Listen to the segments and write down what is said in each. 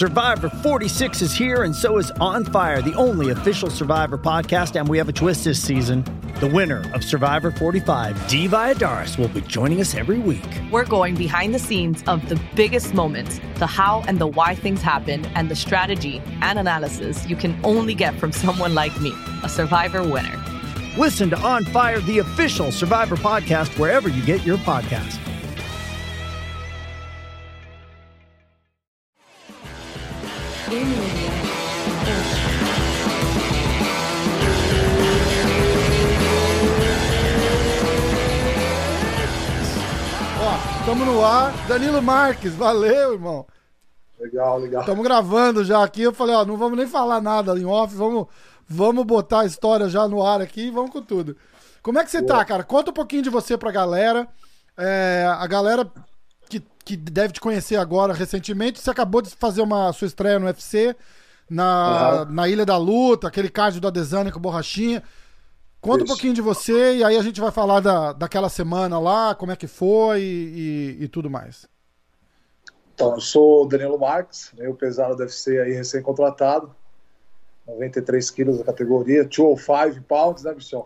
Survivor 46 is here, and so is On Fire, the only official Survivor podcast, and we have a twist this season. The winner of Survivor 45, Dee Valladares, will be joining us every week. We're going behind the scenes of the biggest moments, the how and the why things happen, and the strategy and analysis you can only get from someone like me, a Survivor winner. Listen to On Fire, the official Survivor podcast, wherever you get your podcast. Estamos no ar. Danilo Marques, valeu, irmão. Legal, legal. Estamos gravando já aqui. Eu falei, ó, não vamos nem falar nada em off, vamos botar a história já no ar aqui e vamos com tudo. Como é que você tá, cara? Conta um pouquinho de você pra galera. A galera que deve te conhecer agora recentemente, você acabou de fazer a sua estreia no UFC, na Ilha da Luta, aquele card do Adesanya com borrachinha. Conta um pouquinho de você e aí a gente vai falar daquela semana lá, como é que foi e tudo mais. Então, eu sou o Danilo Marques, meio pesado do UFC aí, recém-contratado, 93 quilos da categoria, 205 pounds, né, bichão?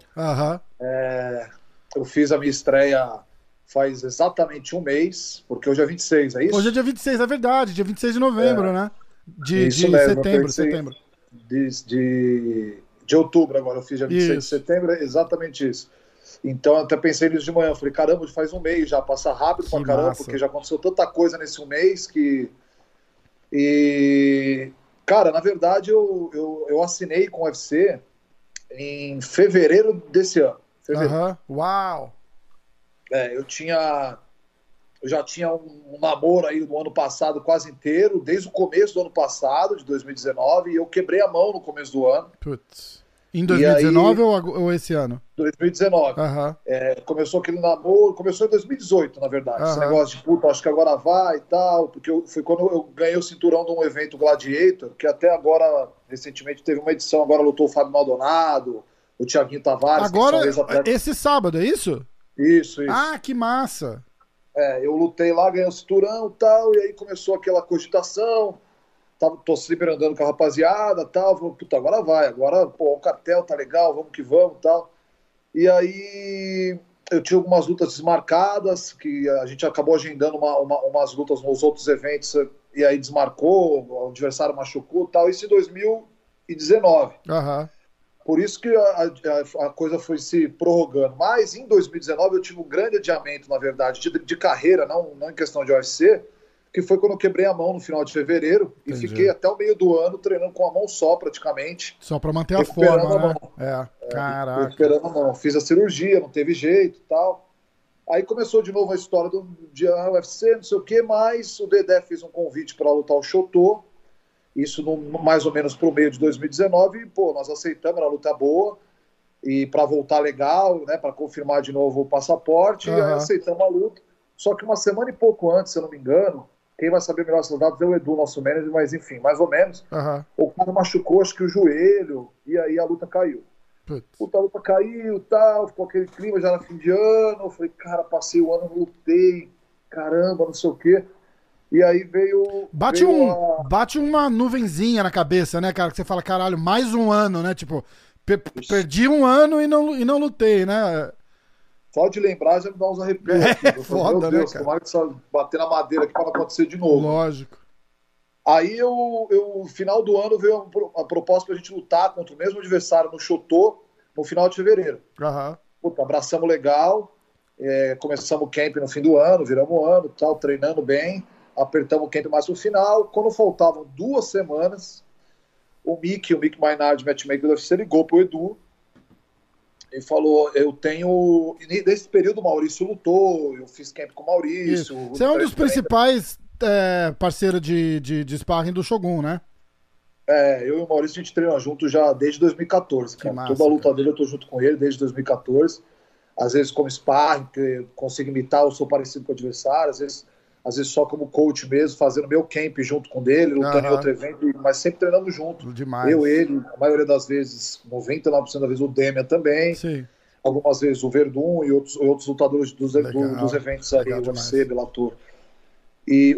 Eu fiz a minha estreia faz exatamente um mês, porque hoje é 26, é isso? Hoje é dia 26, é verdade, dia 26 de novembro, né? De setembro. De outubro agora, eu fiz dia 26 de setembro, é exatamente isso. Então eu até pensei nisso de manhã, eu falei, caramba, faz um mês, já passa rápido pra caramba, porque já aconteceu tanta coisa nesse um mês que... E, cara, na verdade eu assinei com o UFC em fevereiro desse ano. Uau! Eu já tinha um namoro aí do ano passado quase inteiro, desde o começo do ano passado, de 2019, e eu quebrei a mão no começo do ano. Putz. Em 2019 ou esse ano? 2019. Começou aquele namoro, começou em 2018, na verdade. Esse negócio de, puta, acho que agora vai e tal, porque foi quando eu ganhei o cinturão de um evento Gladiator, que até agora, recentemente, teve uma edição, agora lutou o Fábio Maldonado, o Thiaguinho Tavares. Agora, esse sábado, é isso? Isso. Ah, que massa! Eu lutei lá, ganhei o cinturão e tal, e aí começou aquela cogitação, tô sempre andando com a rapaziada e tal, falei, puta, agora vai, agora, pô, o cartel tá legal, vamos que vamos e tal. E aí eu tinha algumas lutas desmarcadas, que a gente acabou agendando umas lutas nos outros eventos, e aí desmarcou, o adversário machucou e tal, isso em 2019. Por isso que a coisa foi se prorrogando. Mas em 2019 eu tive um grande adiamento, na verdade, de carreira, não em questão de UFC, que foi quando eu quebrei a mão no final de fevereiro. Entendi. E fiquei até o meio do ano treinando com a mão só, praticamente. Só para manter a forma, né? Caraca. Recuperando a mão. Fiz a cirurgia, não teve jeito e tal. Aí começou de novo a história do UFC, não sei o quê, mas o Dedé fez um convite para lutar o Chotô. Isso mais ou menos pro meio de 2019, e, pô, nós aceitamos, era uma luta boa, e para voltar legal, né, para confirmar de novo o passaporte, e aí aceitamos a luta. Só que uma semana e pouco antes, se eu não me engano, quem vai saber melhor esses dados é o Edu, nosso manager, mas enfim, mais ou menos, o cara machucou, acho que o joelho, e aí a luta caiu. Puta, a luta caiu, tal, ficou aquele clima já no fim de ano, eu falei, cara, passei o ano, lutei, caramba, não sei o quê. E aí veio... Bate uma nuvenzinha na cabeça, né, cara? Que você fala, caralho, mais um ano, né? Tipo, perdi um ano e não lutei, né? Só de lembrar já me dá uns arrepios. Foda, meu Deus, né, tomara que só bater na madeira aqui para não acontecer de novo. Lógico. Aí no final do ano veio a proposta pra gente lutar contra o mesmo adversário no Chotô no final de fevereiro. Puta, abraçamos legal, começamos o camp no fim do ano, viramos o ano, tal, treinando bem. Apertamos o camp mais no final. Quando faltavam 2 semanas, o Mick Maynard, matchmaker do UFC, ligou pro Edu e falou, eu tenho... Nesse período o Maurício lutou, eu fiz camp com o Maurício. Você é um dos principais parceiros de sparring do Shogun, né? Eu e o Maurício a gente treina junto já desde 2014. Cara. Massa, toda a luta dele eu tô junto com ele desde 2014. Às vezes como sparring, que eu consigo imitar, eu sou parecido com o adversário, às vezes só como coach mesmo, fazendo meu camp junto com ele, lutando em outro evento, mas sempre treinando junto. Demais. Eu, ele, a maioria das vezes, 99% das vezes o Demian também. Sim. Algumas vezes o Verdun e outros lutadores dos eventos aí, o UFC, Bellator. E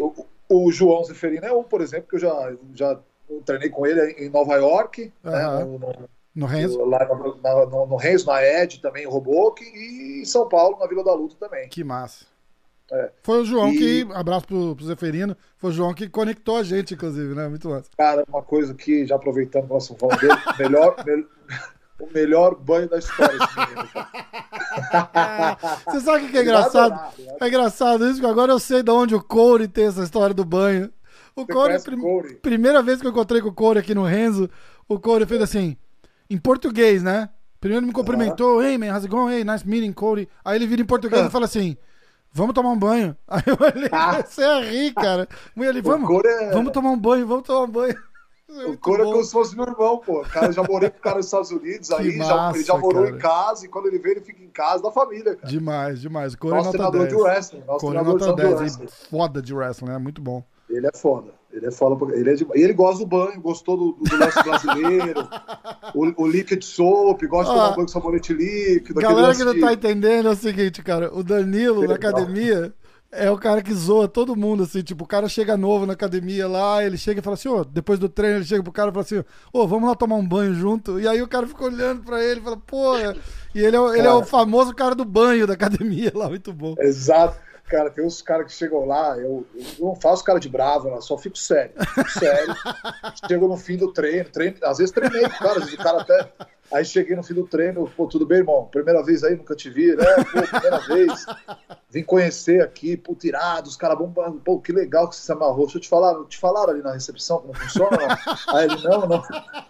O João Zeferino é um, por exemplo, que eu já treinei com ele em Nova York, né, no Renzo. Lá no Renzo, na Ed também, em Roboc, e em São Paulo, na Vila da Luta também. Que massa. Foi o João que, abraço pro Zeferino, foi o João que conectou a gente, inclusive, né? Muito massa. Cara, uma coisa que, já aproveitando que nós estamos falando dele, o melhor banho da história esse menino, cara. Você sabe o que é engraçado? É engraçado isso, que agora eu sei de onde o Corey tem essa história do banho. O Corey, primeira vez que eu encontrei com o Corey aqui no Renzo, o Corey fez assim, em português, né? Primeiro me cumprimentou, hey man, how's it going? Hey, nice meeting, Corey. Aí ele vira em português e fala assim, vamos tomar um banho. Aí eu olhei, comecei a rir, cara. Ele, vamos tomar um banho, vamos tomar um banho. O Corey é como se fosse meu irmão, pô. Cara, eu já morei com o cara nos Estados Unidos, aí ele já morou em casa, e quando ele vem, ele fica em casa da família, cara. Demais. O Corey nosso treinador de wrestling. Corey nota 10, foda de wrestling, é muito bom. Ele é foda. E ele gosta do banho, gostou do lance brasileiro, o liquid soap, gosta de tomar banho com sabonete líquido. Galera que não tá entendendo é o seguinte, cara, o Danilo na academia é o cara que zoa todo mundo, assim, tipo, o cara chega novo na academia lá, ele chega e fala assim, depois do treino ele chega pro cara e fala assim, vamos lá tomar um banho junto, e aí o cara fica olhando pra ele e fala, e ele é o famoso cara do banho da academia lá, muito bom. Exato. Cara, tem uns caras que chegam lá, eu não faço cara de bravo, não, só fico sério. Chego no fim do treino, às vezes treinei com o cara, às vezes o cara até... Aí cheguei no fim do treino, tudo bem, irmão? Primeira vez aí, nunca te vi, né? Primeira vez. Vim conhecer aqui, irado, os caras vão, que legal que você se amarrou. Deixa eu te falaram ali na recepção como funciona, não? Aí ele, não.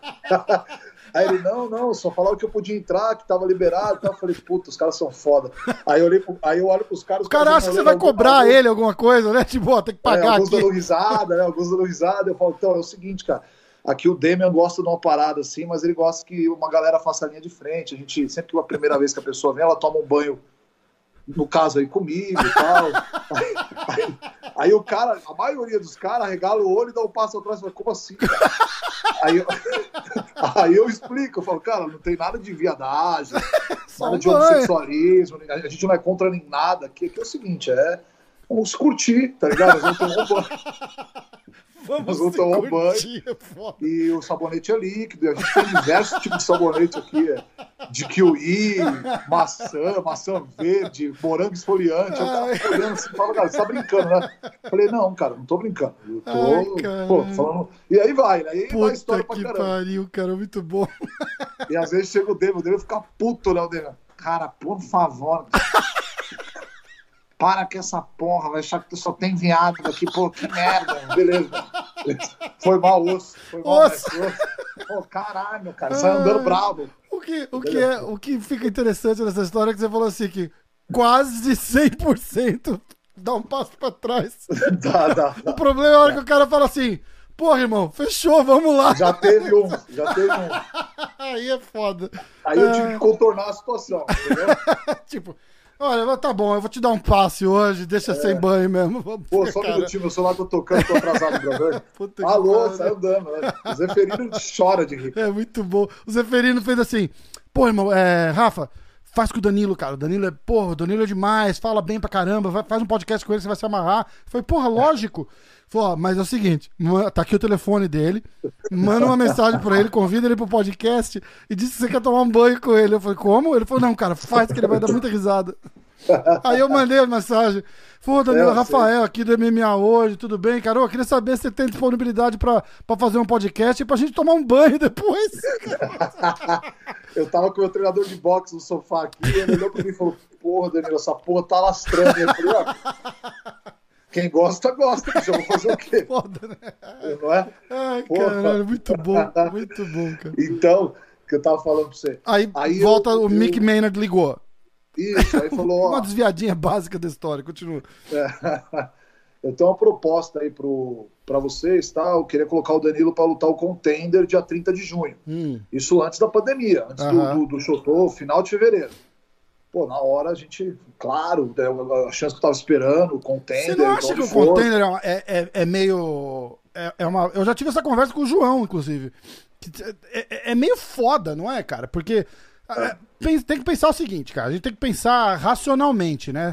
Aí ele, não, só falaram que eu podia entrar, que tava liberado e tal. Eu falei, puta, os caras são foda. Aí eu olho pros caras... O cara acha que você vai cobrar ele alguma coisa, né? Tipo, tem que pagar alguns aqui. Alguns dando risada. Eu falo, então, é o seguinte, cara. Aqui o Damian gosta de uma parada assim, mas ele gosta que uma galera faça a linha de frente. A gente, sempre que a primeira vez que a pessoa vem, ela toma um banho, no caso aí comigo e tal. Aí o cara, a maioria dos caras regala o olho e dá um passo atrás e fala, como assim, cara? Aí eu explico, eu falo, cara, não tem nada de viadagem, nada de homossexualismo, a gente não é contra nem nada. Aqui é o seguinte, vamos curtir, tá ligado? Nós vamos tomar um banho. Nós vamos tomar um banho. E o sabonete é líquido. E a gente tem diversos tipos de sabonete aqui. De kiwi, maçã verde, morango esfoliante. Eu tava olhando assim, falava, cara, você tá brincando, né? Falei, não, cara, não tô brincando. Eu tô falando. E aí vai a história pra caramba. Que pariu, cara, muito bom. E às vezes chega o David fica puto, né? O David, cara, por favor. Para com essa porra, vai achar que tu só tem viado aqui, pô, que merda. Beleza. Foi mal, osso. Pô, caralho, cara, sai andando bravo. O que fica interessante nessa história é que você falou assim, que quase 100% dá um passo pra trás. Dá. O problema é a hora que o cara fala assim, porra, irmão, fechou, vamos lá. Já teve um. Aí é foda. Aí eu tive que contornar a situação, entendeu? Tipo... Olha, tá bom, eu vou te dar um passe hoje, deixa sem banho mesmo. Pô, só um minutinho, meu celular tá tocando, tô atrasado, brother. Alô, saiu dando, né? O Zeferino chora de rir. É muito bom. O Zeferino fez assim, pô, irmão, Rafa, faz com o Danilo, cara. O Danilo é demais, fala bem pra caramba, faz um podcast com ele, você vai se amarrar. Foi, porra, lógico. Falou, mas é o seguinte, tá aqui o telefone dele, manda uma mensagem pra ele, convida ele pro podcast e diz que você quer tomar um banho com ele. Eu falei, como? Ele falou, não, cara, faz que ele vai dar muita risada. Aí eu mandei a mensagem, pô, Danilo, Rafael aqui do MMA hoje, tudo bem, cara? Eu queria saber se você tem disponibilidade pra fazer um podcast e pra gente tomar um banho depois. Eu tava com o meu treinador de boxe no sofá aqui, ele olhou pra mim e falou, porra, Danilo, essa porra tá lastrando. Eu falei, quem gosta, bicho. Eu vou fazer o quê? Foda, né? Não é? Ai, caralho, muito bom, cara. Então, que eu tava falando pra você. Aí volta, o Mick Maynard ligou. Isso, aí falou... Uma desviadinha básica da história, continua. Eu tenho uma proposta aí pra vocês, tá? Eu queria colocar o Danilo pra lutar o Contender dia 30 de junho. Isso antes da pandemia, antes do Showtô, final de fevereiro. Pô, na hora a gente, claro, a chance que eu tava esperando, o Contender... Você não acha que o Contender é meio... Eu já tive essa conversa com o João, inclusive. É meio foda, não é, cara? Porque tem que pensar o seguinte, cara. A gente tem que pensar racionalmente, né?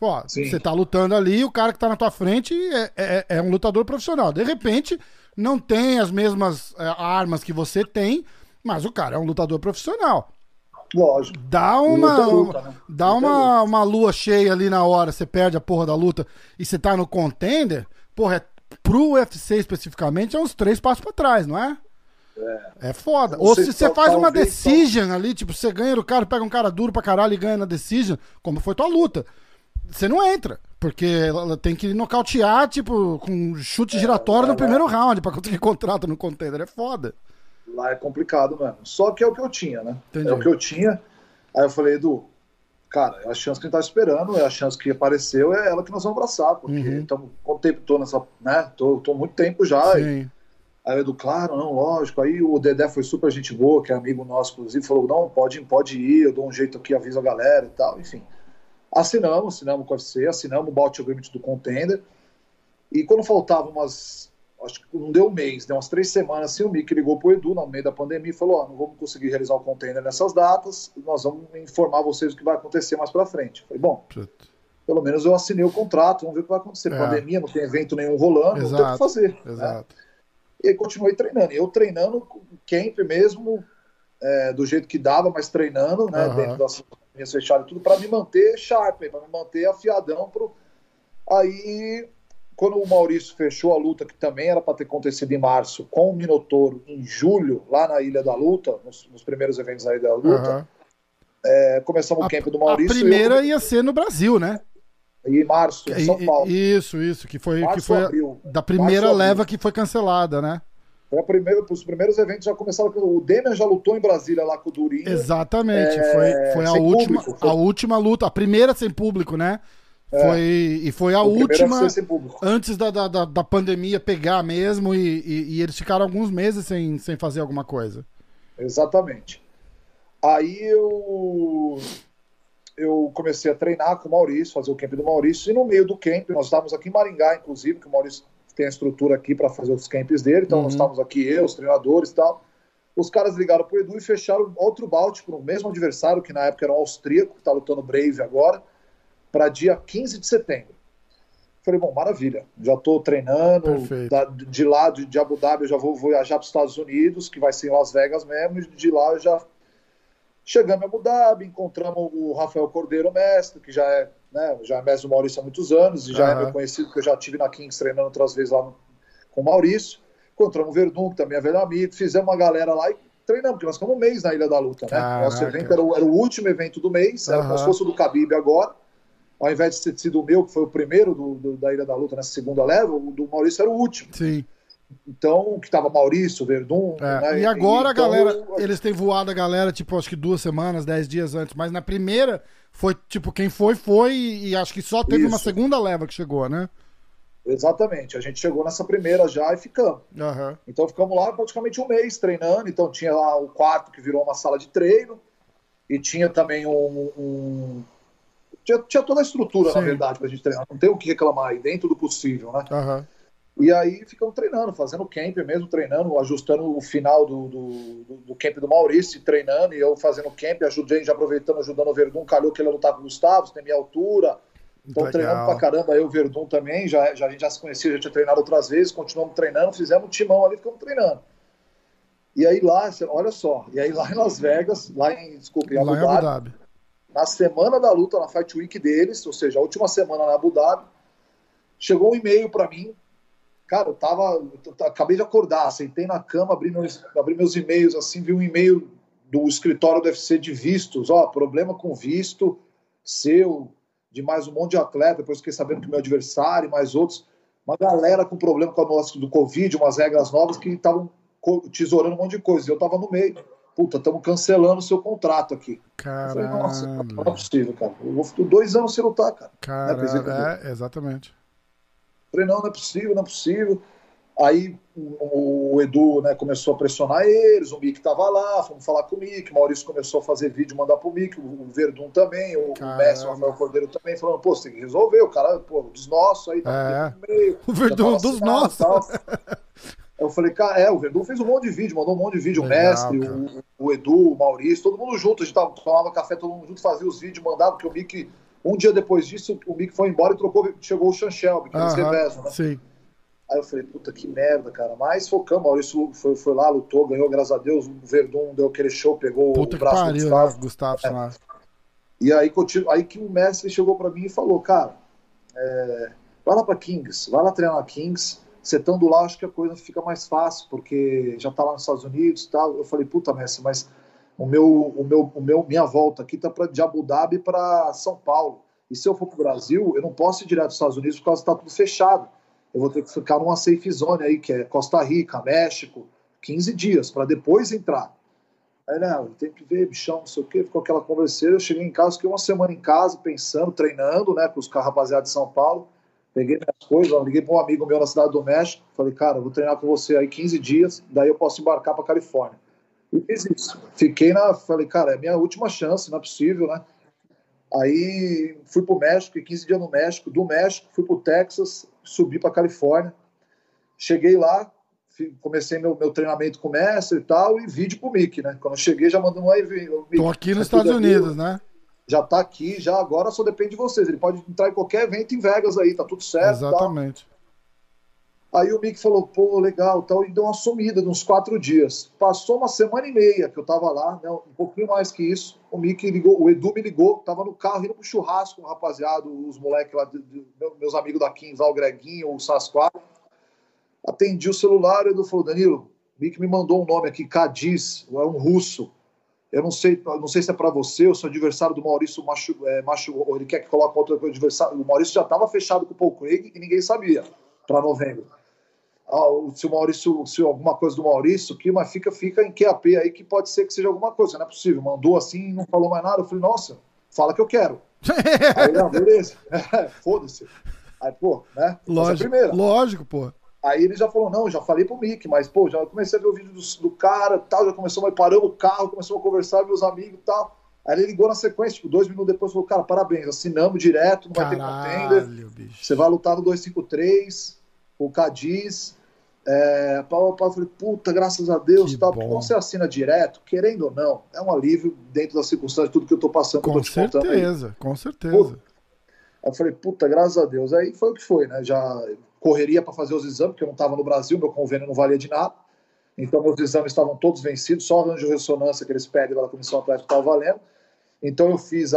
Pô, Sim. você tá lutando ali, o cara que tá na tua frente é um lutador profissional. De repente, não tem as mesmas armas que você tem, mas o cara é um lutador profissional. Lógico. Dá Luta, né? uma lua cheia ali na hora, você perde a porra da luta e você tá no contender, porra, pro UFC especificamente, é uns 3 passos pra trás, não é? É foda. Ou se você faz uma decision ali, tipo, você ganha do cara, pega um cara duro pra caralho e ganha na decision, como foi tua luta, você não entra, porque ela tem que nocautear, tipo, com chute giratório no primeiro round pra conseguir contrato no contender, é foda. Lá é complicado mesmo. Só que é o que eu tinha, né? Entendi. É o que eu tinha. Aí eu falei, Edu, cara, a chance que a gente tá esperando, é a chance que apareceu, é ela que nós vamos abraçar, porque estamos quanto tempo tô nessa, né? Tô muito tempo já. Sim. Aí o Edu, claro, não, lógico. Aí o Dedé foi super gente boa, que é amigo nosso, inclusive, falou, não, pode ir, eu dou um jeito aqui, aviso a galera e tal, enfim. Assinamos com o UFC, assinamos o bout agreement do Contender, e quando faltava acho que não deu um mês, deu umas 3 semanas assim, o Mickey ligou pro Edu no meio da pandemia e falou, não vamos conseguir realizar o Contender nessas datas, nós vamos informar vocês o que vai acontecer mais pra frente. Falei, bom, pelo menos eu assinei o contrato, vamos ver o que vai acontecer. Pandemia, não tem evento nenhum rolando, não tem o que fazer. Exato. Né? E aí continuei treinando. E eu treinando camp mesmo, do jeito que dava, mas treinando, né, dentro das minhas fechadas e tudo, para me manter sharp, para me manter afiadão. Aí, quando o Maurício fechou a luta, que também era para ter acontecido em março, com o Minotauro, em julho, lá na Ilha da Luta, nos primeiros eventos da Ilha da Luta, começamos o camp do Maurício. A primeira ia ser no Brasil, né? E em março, em São Paulo. Isso, que foi abril. Da primeira leva que foi cancelada, né? Os primeiros eventos já começaram. O Demian já lutou em Brasília lá com o Durinho. Exatamente, foi a última luta, a primeira sem público, né? Foi a última antes da pandemia pegar mesmo e eles ficaram alguns meses sem fazer alguma coisa. Exatamente. Aí eu comecei a treinar com o Maurício, fazer o camp do Maurício, e no meio do camp, nós estávamos aqui em Maringá, inclusive, que o Maurício tem a estrutura aqui para fazer os camps dele, então nós estávamos aqui, os treinadores e tal. Os caras ligaram pro Edu e fecharam outro bout pro mesmo adversário, que na época era um austríaco, que está lutando Brave agora, para dia 15 de setembro. Falei, bom, maravilha, já estou treinando, de lá de Abu Dhabi eu já vou viajar para os Estados Unidos, que vai ser em Las Vegas mesmo, e de lá eu já... Chegamos em Abu Dhabi, encontramos o Rafael Cordeiro, mestre, que já é mestre do Maurício há muitos anos, e já é meu conhecido, porque eu já estive na Kings treinando outras vezes lá com o Maurício. Encontramos o Verdun, que também é velho amigo, fizemos uma galera lá e treinamos, porque nós ficamos um mês na Ilha da Luta, né? Nosso evento era o último evento do mês, era como se fosse o do Khabib agora, ao invés de ter sido o meu, que foi o primeiro da Ilha da Luta nessa segunda leva, o do Maurício era o último. Sim. Então, que tava Maurício, Verdun... né? E agora a galera, eles têm voado a galera, tipo, acho que 2 semanas, 10 dias antes, mas na primeira foi, tipo, quem foi, e acho que só teve uma segunda leva que chegou, né? Exatamente, a gente chegou nessa primeira já e ficamos. Então ficamos lá praticamente um mês treinando, então tinha lá o quarto que virou uma sala de treino, e tinha também tinha toda a estrutura, na verdade, pra gente treinar, não tem o que reclamar aí, dentro do possível, né? E aí ficamos treinando, fazendo camp mesmo, treinando, ajustando o final do camp do Maurício, treinando, e eu fazendo camp, ajudando o Verdun, calhou que ele ia lutar com o Gustavo, tem minha altura, então treinando pra caramba, eu o Verdun também, a gente já se conhecia, já tinha treinado outras vezes, continuamos treinando, fizemos um timão ali, ficamos treinando. E aí lá, olha só, lá em Las Vegas, em Abu Dhabi, na semana da luta, na Fight Week deles, ou seja, a última semana na Abu Dhabi, chegou um e-mail pra mim. Cara, eu acabei de acordar, sentei na cama, abri meus e-mails, assim, vi um e-mail do escritório do UFC de vistos, problema com visto seu, de mais um monte de atleta, depois fiquei sabendo que o meu adversário e mais outros, uma galera com problema com a nossa do Covid, umas regras novas que estavam tesourando um monte de coisa, e eu tava no meio, estamos cancelando o seu contrato aqui. Caralho. Eu falei, nossa, não é possível, cara, eu vou ficar 2 anos sem lutar, cara. Caralho, exatamente. Falei, não é possível. Aí o Edu, né, começou a pressionar eles, o Mick tava lá, fomos falar com o Mick, o Maurício começou a fazer vídeo, mandar pro Mick, o Verdun também, o mestre, o Rafael Cordeiro também, falando, pô, você tem que resolver, o cara, dos nossos aí, tá no meio. O Verdun dos nossos. Eu falei, cara, o Verdun fez um monte de vídeo, mandou um monte de vídeo, legal, o mestre, o Edu, o Maurício, todo mundo junto, a gente tomava café, todo mundo junto, fazia os vídeos, mandava, porque o Mick Um dia depois disso, o Mick foi embora e chegou o Sean Shelby, que eles revezam, né? Sim. Aí eu falei, puta, que merda, cara. Mas focamos, Maurício foi lá, lutou, ganhou, graças a Deus. O Verdun deu aquele show, pegou Puta o braço que pariu, do Gustavo. E aí que o mestre chegou pra mim e falou, cara, vai lá pra Kings, vai lá treinar na Kings. Você estando lá, acho que a coisa fica mais fácil, porque já tá lá nos Estados Unidos e tal. Eu falei, puta, mestre, mas minha volta aqui tá de Abu Dhabi para São Paulo. E se eu for pro Brasil, eu não posso ir direto dos Estados Unidos por causa que tá tudo fechado. Eu vou ter que ficar numa safe zone aí, que é Costa Rica, México, 15 dias, para depois entrar. Aí, não, tem que ver, bichão, não sei o quê, ficou aquela converseira. Eu cheguei em casa, fiquei uma semana em casa, pensando, treinando, né, com os rapaziados de São Paulo. Peguei minhas coisas, liguei para um amigo meu na cidade do México, falei, cara, eu vou treinar com você aí 15 dias, daí eu posso embarcar para Califórnia. E fiz isso. Falei, cara, é minha última chance, não é possível, né? Aí fui pro México, fiquei 15 dias no México. Do México fui pro Texas, subi pra Califórnia. Cheguei lá, comecei meu treinamento com o mestre e tal, e vídeo pro Mick, né? Quando eu cheguei, já mandou um aí. Tô aqui nos Estados Unidos, né? Já tá aqui, já agora só depende de vocês. Ele pode entrar em qualquer evento em Vegas aí, tá tudo certo. Exatamente. Tal. Aí o Mick falou, pô, legal, tal, e deu uma sumida de uns 4 dias. Passou uma semana e meia que eu tava lá, né, um pouquinho mais que isso. O Mick ligou, o Edu me ligou, tava no carro indo pro churrasco com o rapaziada, os moleques lá, meus amigos da Kings, lá, o Greguinho, o Sasquatch. Atendi o celular, o Edu falou, Danilo, o Mick me mandou um nome aqui, Cadiz, é um russo. Eu não sei se é pra você, eu sou adversário do Maurício ou ele quer que coloque outro adversário. O Maurício já tava fechado com o Paul Craig e ninguém sabia, pra novembro. Se alguma coisa do Maurício, mas fica em QAP aí que pode ser que seja alguma coisa, não é possível. Mandou assim, não falou mais nada. Eu falei, nossa, fala que eu quero. Aí, não, beleza, foda-se. Aí, pô, né? Lógico, pô. Aí ele já falou, não, já falei pro Mick, mas, pô, já comecei a ver o vídeo do cara e tal, já paramos o carro, começamos a conversar, meus amigos e tal. Aí ele ligou na sequência, tipo, 2 minutos depois, falou, cara, parabéns, assinamos direto, não vai ter contender. Bicho. Você vai lutar no 253, o Cadiz. Eu falei, puta, graças a Deus, tal, porque quando você assina direto, querendo ou não, é um alívio dentro das circunstâncias, tudo que eu tô passando, com certeza. Aí eu falei, puta, graças a Deus. Aí foi o que foi, né? Já correria para fazer os exames, porque eu não tava no Brasil, meu convênio não valia de nada. Então meus exames estavam todos vencidos, só arranjo de ressonância que eles pedem lá da comissão atlética estava valendo. Então eu fiz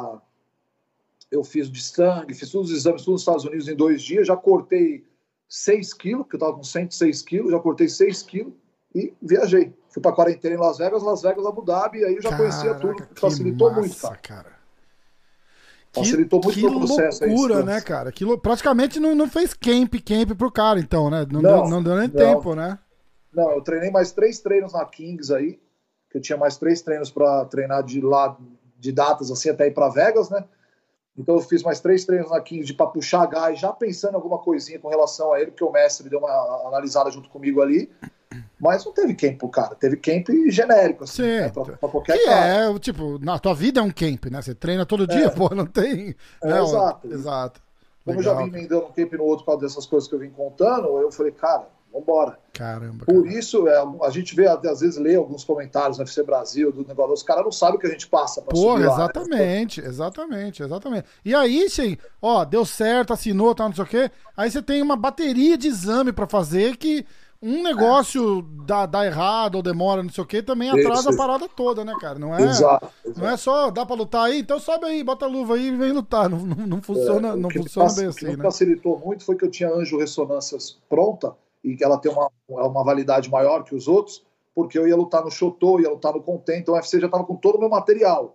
de sangue, fiz todos os exames, tudo nos Estados Unidos em 2 dias, já cortei 6 quilos, porque eu estava com 106 quilos, já cortei 6 quilos e viajei. Fui para quarentena em Las Vegas, Abu Dhabi, e aí eu já conhecia tudo, facilitou muito, cara. Facilitou muito o processo. Que loucura, né, cara? Praticamente não fez camp pro cara, então, né? Não deu nem tempo, né? Não, eu treinei mais 3 treinos na Kings aí, que eu tinha mais 3 treinos para treinar de datas, assim, até ir para Vegas, né? Então eu fiz mais 3 treinos na Kings para puxar gás, já pensando em alguma coisinha com relação a ele, porque o mestre deu uma analisada junto comigo ali. Mas não teve camp pro cara, teve camp genérico, assim, né, pra qualquer cara. Tipo, na tua vida é um camp, né? Você treina todo dia, pô, não tem... Exato. Como legal, eu já vim emendando um camp no outro por causa dessas coisas que eu vim contando, eu falei, cara, vambora. Caramba. Por isso, a gente vê, às vezes, lê alguns comentários no UFC Brasil, do negócio, os caras não sabem o que a gente passa pra subir lá, exatamente. E aí, sim, ó, deu certo, assinou, tal, não sei o quê, aí você tem uma bateria de exame pra fazer que um negócio dá errado ou demora, não sei o que, também atrasa a parada toda, né, cara? Não é, exato. Não é só, dá pra lutar aí, então sobe aí, bota a luva aí e vem lutar. Não funciona, bem assim, o que me né? facilitou muito foi que eu tinha anjo-ressonâncias pronta e que ela tem uma validade maior que os outros, porque eu ia lutar no Shotô, ia lutar no Contém, então o UFC já tava com todo o meu material.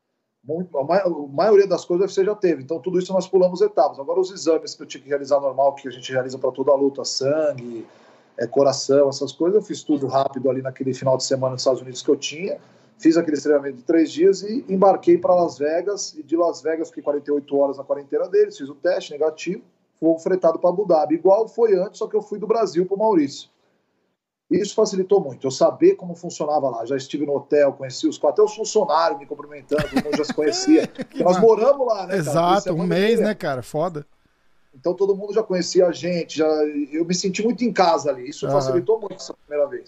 A maioria das coisas o UFC já teve, então tudo isso nós pulamos etapas. Agora os exames que eu tinha que realizar normal, que a gente realiza para toda a luta, sangue... coração, essas coisas, eu fiz tudo rápido ali naquele final de semana nos Estados Unidos que eu tinha, fiz aquele treinamento de 3 dias e embarquei para Las Vegas, e de Las Vegas fiquei 48 horas na quarentena deles, fiz o teste negativo, fui fretado para Abu Dhabi, igual foi antes, só que eu fui do Brasil para o Maurício. Isso facilitou muito, eu saber como funcionava lá, já estive no hotel, conheci até os funcionários me cumprimentando, todo mundo já se conhecia, porque nós moramos lá, né? Exato, um mês, né, cara, foda. Então todo mundo já conhecia a gente, eu me senti muito em casa ali. Isso facilitou muito essa primeira vez.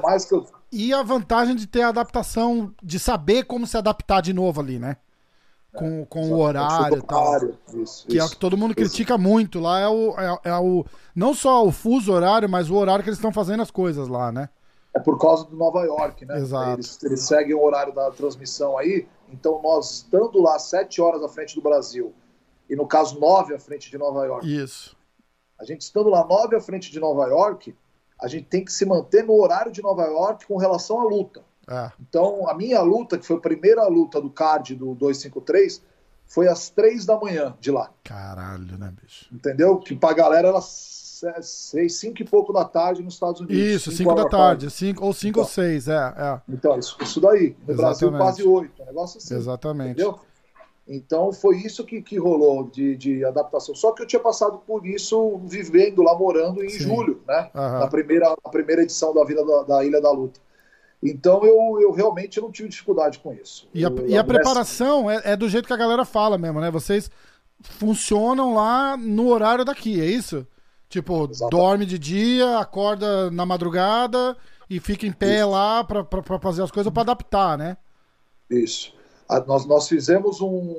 E a vantagem de ter a adaptação, de saber como se adaptar de novo ali, né? com o horário e tal. Que é o que todo mundo critica muito. Lá é o não só o fuso horário, mas o horário que eles estão fazendo as coisas lá, né? É por causa do Nova York, né? Exato. Eles seguem o horário da transmissão aí. Então, nós estando lá 7 horas à frente do Brasil, e no caso 9 à frente de Nova York. Isso. A gente estando lá 9 à frente de Nova York, a gente tem que se manter no horário de Nova York com relação à luta. Então, a minha luta, que foi a primeira luta do card do 253, foi às 3 da manhã de lá. Caralho, né, bicho? Entendeu? Que pra galera era 5 e pouco da tarde nos Estados Unidos. Isso, 5 da tarde. 5 ou 5 ou 6, Então, isso daí. No Brasil, quase 8. Um negócio assim. Exatamente. Entendeu? Então, foi isso que rolou de adaptação. Só que eu tinha passado por isso vivendo lá, morando em julho, né? Na primeira edição da Vida da Ilha da Luta. Então, eu realmente não tive dificuldade com isso. E a preparação é do jeito que a galera fala mesmo, né? Vocês funcionam lá no horário daqui, é isso? Tipo, dorme de dia, acorda na madrugada e fica em pé lá pra fazer as coisas pra adaptar, né? Isso. Nós fizemos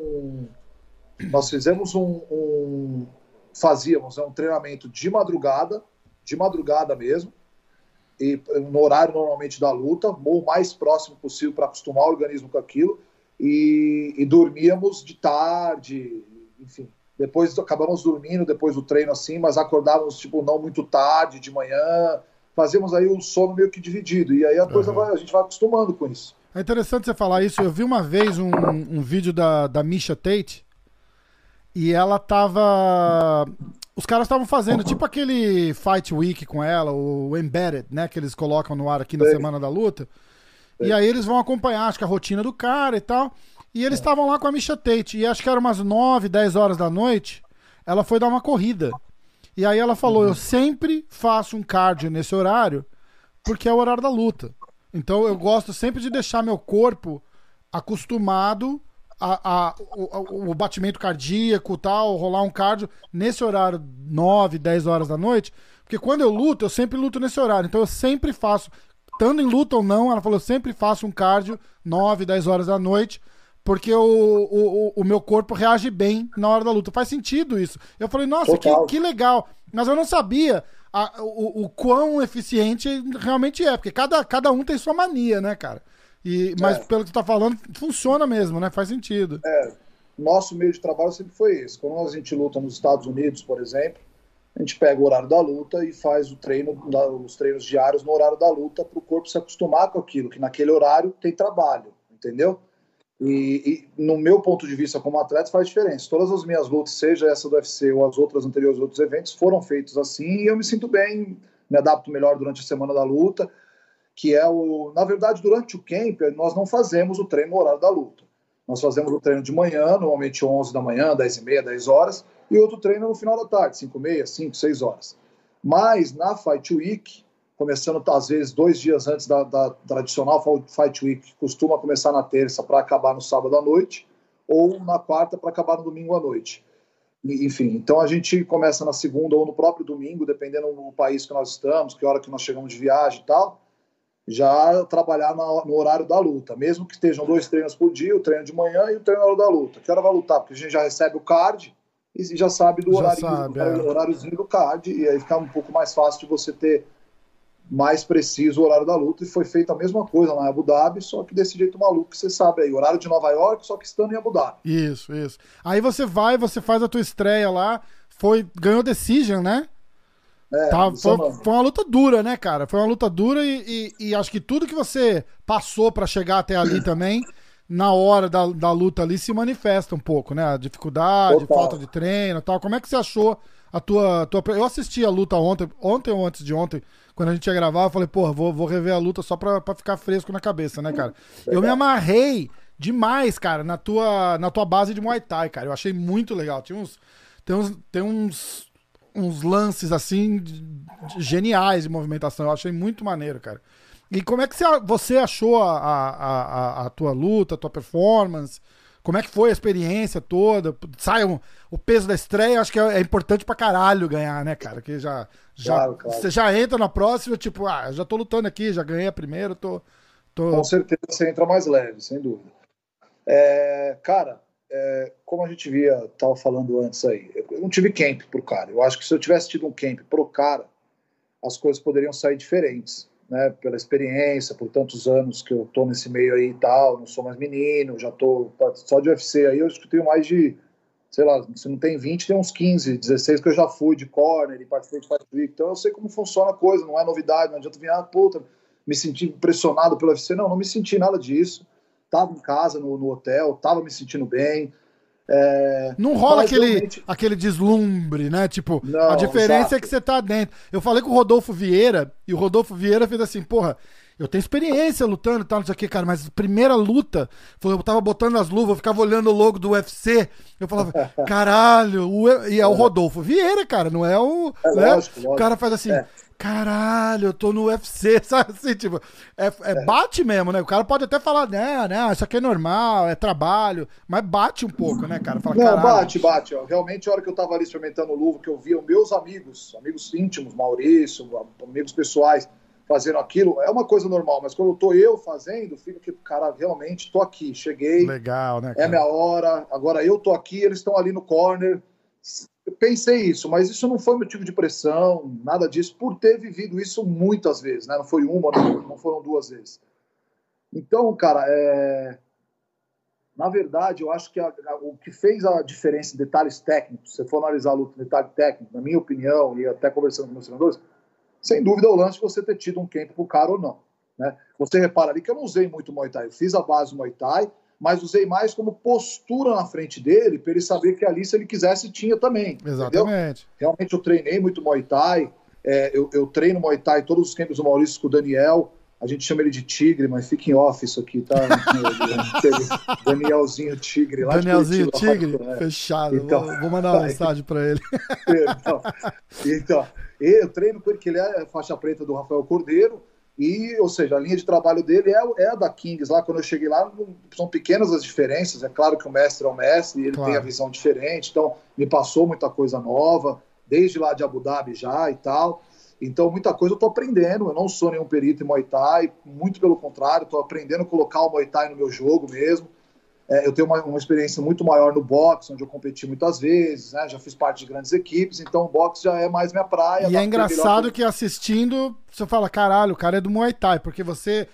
fazíamos um treinamento de madrugada mesmo, e no horário normalmente da luta, o mais próximo possível para acostumar o organismo com aquilo, e dormíamos de tarde, enfim. Depois acabamos dormindo depois do treino assim, mas acordávamos tipo não muito tarde, de manhã, fazíamos aí o sono meio que dividido, e aí a coisa a gente vai acostumando com isso. É interessante você falar isso. Eu vi uma vez um vídeo da Misha Tate e ela tava... Os caras estavam fazendo tipo aquele Fight Week com ela, o Embedded, né? Que eles colocam no ar aqui na Semana da Luta. E aí eles vão acompanhar, acho que a rotina do cara e tal. E eles estavam lá com a Misha Tate. E acho que era umas 9, 10 horas da noite. Ela foi dar uma corrida. E aí ela falou, eu sempre faço um cardio nesse horário porque é o horário da luta. Então eu gosto sempre de deixar meu corpo acostumado o batimento cardíaco, tal, rolar um cardio nesse horário 9, 10 horas da noite, porque quando eu luto, eu sempre luto nesse horário. Então eu sempre faço, estando em luta ou não, ela falou, eu sempre faço um cardio 9, 10 horas da noite, porque o meu corpo reage bem na hora da luta. Faz sentido isso. Eu falei, nossa, que legal. Mas eu não sabia o quão eficiente realmente é, porque cada um tem sua mania, né, cara? Mas pelo que você tá falando, funciona mesmo, né? Faz sentido. Nosso meio de trabalho sempre foi esse. Quando a gente luta nos Estados Unidos, por exemplo, a gente pega o horário da luta e faz os treinos diários no horário da luta para o corpo se acostumar com aquilo, que naquele horário tem trabalho, entendeu? E no meu ponto de vista como atleta faz diferença. Todas as minhas lutas, seja essa do UFC ou as outras anteriores, outros eventos, foram feitos assim e eu me sinto bem, me adapto melhor durante a semana da luta, que é na verdade, durante o camp, nós não fazemos o treino no horário da luta. Nós fazemos o treino de manhã, normalmente 11 da manhã, 10h30, 10 horas, e outro treino no final da tarde, 5h30, 5, 6 horas. Mas na Fight Week, começando às vezes 2 dias antes da tradicional Fight Week, que costuma começar na terça para acabar no sábado à noite, ou na quarta para acabar no domingo à noite. Enfim, então a gente começa na segunda ou no próprio domingo, dependendo do país que nós estamos, que hora que nós chegamos de viagem e tal, já trabalhar no horário da luta, mesmo que estejam 2 treinos por dia, o treino de manhã e o treino na hora da luta. Que hora vai lutar? Porque a gente já recebe o card e já sabe do horáriozinho do card, e aí fica um pouco mais fácil de você ter mais preciso o horário da luta, e foi feita a mesma coisa lá em Abu Dhabi, só que desse jeito maluco que você sabe aí, horário de Nova York, só que estando em Abu Dhabi. Isso. Aí você faz a tua estreia lá, ganhou Decision, né? Foi uma luta dura, né, cara? Foi uma luta dura e acho que tudo que você passou pra chegar até ali também, na hora da luta ali, se manifesta um pouco, né? A dificuldade, falta de treino e tal. Como é que você achou a tua... Eu assisti a luta ontem ou antes de ontem, quando a gente ia gravar, eu falei, porra, vou rever a luta só pra ficar fresco na cabeça, né, cara? Eu me amarrei demais, cara, na tua base de Muay Thai, cara. Eu achei muito legal. Tem uns lances, assim, geniais de movimentação. Eu achei muito maneiro, cara. E como é que você achou a tua luta, a tua performance? Como é que foi a experiência toda? O peso da estreia, acho que é importante pra caralho ganhar, né, cara? Que claro. Você já entra na próxima, tipo, já tô lutando aqui, já ganhei a primeira, tô... Com certeza você entra mais leve, sem dúvida. Cara, como a gente tava falando antes aí, eu não tive camp pro cara. Eu acho que se eu tivesse tido um camp pro cara, as coisas poderiam sair diferentes, né? Pela experiência, por tantos anos que eu tô nesse meio aí e tal, não sou mais menino, já tô só de UFC aí, eu acho que tenho mais de, sei lá, se não tem 20, tem uns 15, 16 que eu já fui de corner e participei de Fight Week, então eu sei como funciona a coisa, não é novidade, não adianta vir, puta, me senti pressionado pelo UFC, não me senti nada disso, tava em casa, no hotel, tava me sentindo bem. Não rola aquele deslumbre, né? Tipo, não, a diferença exato. É que você tá dentro. Eu falei com o Rodolfo Vieira, e o Rodolfo Vieira fez assim, porra, eu tenho experiência lutando e tal, não sei o que, cara, mas primeira luta, eu tava botando as luvas, eu ficava olhando o logo do UFC, eu falava, caralho, e é o Rodolfo Vieira, cara, não é o... né? Lógico. O cara faz assim... Caralho, eu tô no UFC, sabe assim, tipo, bate mesmo, né? O cara pode até falar, né, isso aqui é normal, é trabalho, mas bate um pouco, né, cara? Fala, não, bate, ó. Realmente, a hora que eu tava ali experimentando luva, que eu via os meus amigos íntimos, Maurício, amigos pessoais, fazendo aquilo, é uma coisa normal, mas quando eu tô fazendo, fica que, cara, realmente tô aqui, cheguei. Legal, né, cara? É minha hora, agora eu tô aqui, eles estão ali no corner. Eu pensei isso, mas isso não foi motivo de pressão, nada disso, por ter vivido isso muitas vezes, né? Não foi uma, não foram 2 vezes. Então, cara, na verdade, eu acho que o que fez a diferença em detalhes técnicos, se você for analisar a luta em detalhe técnico, na minha opinião, e até conversando com meus treinadores, sem dúvida é o lance de você ter tido um camp pro cara ou não, né? Você repara ali que eu não usei muito Muay Thai, eu fiz a base do Muay Thai, mas usei mais como postura na frente dele, para ele saber que ali, se ele quisesse, tinha também. Exatamente. Entendeu? Realmente eu treinei muito Muay Thai, eu treino Muay Thai todos os campos do Maurício com o Daniel, a gente chama ele de Tigre, mas fica em off isso aqui, tá? Danielzinho Tigre. Lá Danielzinho Tigre? Fechado, então, vou mandar uma mensagem para ele. Então, eu treino com ele, que ele é faixa preta do Rafael Cordeiro, ou seja, a linha de trabalho dele é a da Kings. Lá, quando eu cheguei lá, são pequenas as diferenças. É claro que o mestre é o mestre e ele tem a visão diferente. Então, me passou muita coisa nova, desde lá de Abu Dhabi já e tal. Então, muita coisa eu tô aprendendo. Eu não sou nenhum perito em Muay Thai, muito pelo contrário, tô aprendendo a colocar o Muay Thai no meu jogo mesmo. Eu tenho uma experiência muito maior no boxe, onde eu competi muitas vezes, né? Já fiz parte de grandes equipes, então o boxe já é mais minha praia. E é engraçado que assistindo, você fala, caralho, o cara é do Muay Thai, porque você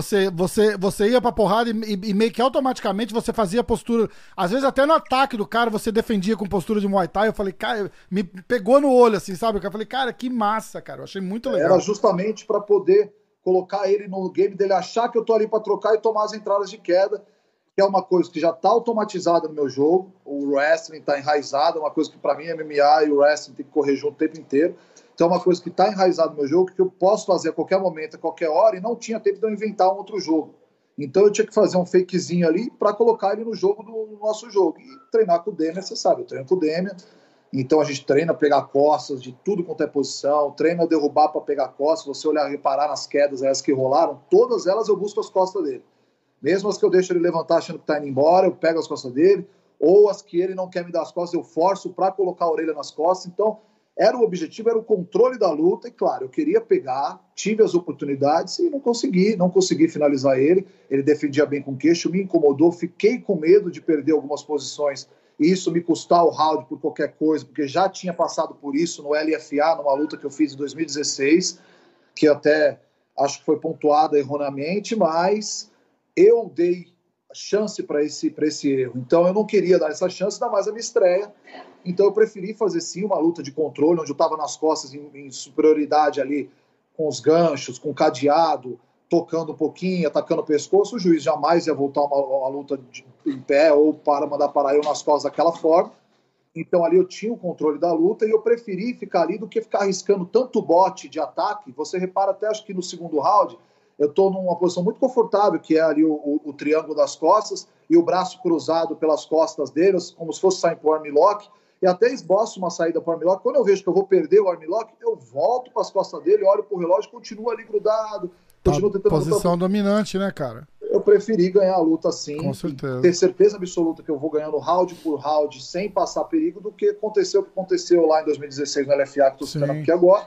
ia pra porrada e meio que automaticamente você fazia postura, às vezes até no ataque do cara você defendia com postura de Muay Thai. Eu falei, cara, me pegou no olho assim, sabe? Eu falei, cara, que massa, cara, eu achei muito legal. Era justamente pra poder colocar ele no game dele, achar que eu tô ali pra trocar e tomar as entradas de queda, que é uma coisa que já está automatizada no meu jogo. O wrestling está enraizado, é uma coisa que para mim MMA e o wrestling tem que correr junto o tempo inteiro. Então é uma coisa que está enraizada no meu jogo, que eu posso fazer a qualquer momento, a qualquer hora, e não tinha tempo de eu inventar um outro jogo. Então eu tinha que fazer um fakezinho ali para colocar ele no jogo do nosso jogo. E treinar com o Demian, você sabe, eu treino com o Demian. Então a gente treina a pegar costas de tudo quanto é posição, treina a derrubar para pegar costas. Se você olhar, reparar nas quedas, as que rolaram, todas elas eu busco as costas dele. Mesmo as que eu deixo ele levantar achando que está indo embora, eu pego as costas dele, ou as que ele não quer me dar as costas, eu forço para colocar a orelha nas costas. Então, o objetivo era o controle da luta, e claro, eu queria pegar, tive as oportunidades e não consegui finalizar ele. Ele defendia bem com o queixo, me incomodou, fiquei com medo de perder algumas posições e isso me custar o round por qualquer coisa, porque já tinha passado por isso no LFA, numa luta que eu fiz em 2016, que até acho que foi pontuada erroneamente, mas eu dei chance para esse erro. Então eu não queria dar essa chance, ainda mais a minha estreia. Então eu preferi fazer sim uma luta de controle, onde eu estava nas costas em superioridade ali, com os ganchos, com o cadeado, tocando um pouquinho, atacando o pescoço. O juiz jamais ia voltar uma luta em pé ou para mandar parar eu nas costas daquela forma. Então ali eu tinha o controle da luta e eu preferi ficar ali do que ficar arriscando tanto bote de ataque. Você repara até, acho que no segundo round, eu estou numa posição muito confortável, que é ali o triângulo das costas e o braço cruzado pelas costas dele, como se fosse sair para o armlock, e até esboço uma saída para o armlock. Quando eu vejo que eu vou perder o armlock, eu volto para as costas dele, olho para o relógio, continuo ali grudado, continuo tentando... Posição dominante, né, cara? Eu preferi ganhar a luta assim, com certeza. Ter certeza absoluta que eu vou ganhando round por round sem passar perigo, do que aconteceu o que aconteceu lá em 2016 no LFA, que estou citando aqui agora,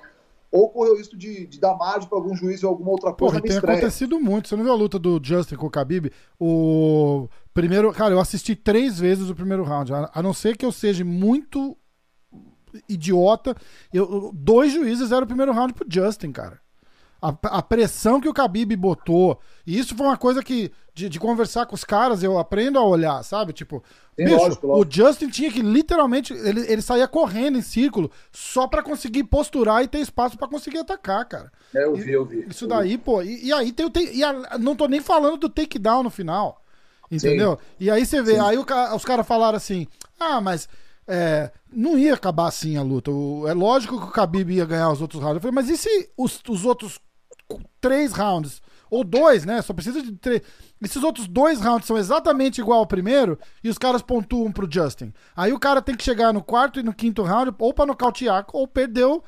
ou correr o risco de dar margem para algum juiz ou alguma outra coisa. Porra, tem acontecido muito. Você não viu a luta do Justin com o Khabib? O primeiro... Cara, eu assisti 3 vezes o primeiro round. A não ser que eu seja muito idiota. 2 juízes deram o primeiro round pro Justin, cara. A pressão que o Khabib botou. E isso foi uma coisa que, de conversar com os caras, eu aprendo a olhar, sabe? Tipo, sim, bicho, lógico. O Justin tinha que literalmente. Ele saía correndo em círculo só pra conseguir posturar e ter espaço pra conseguir atacar, cara. Eu vi. Isso daí, pô. E aí não tô nem falando do takedown no final. Entendeu? Sim. E aí você vê, sim. Aí os caras falaram assim: mas. Não ia acabar assim a luta. É lógico que o Khabib ia ganhar os outros rounds. Eu falei, mas e se os outros 3 rounds, ou 2, né? Só precisa de 3. Esses outros 2 rounds são exatamente igual ao primeiro e os caras pontuam pro Justin. Aí o cara tem que chegar no 4º e no 5º round ou pra nocautear, ou perdeu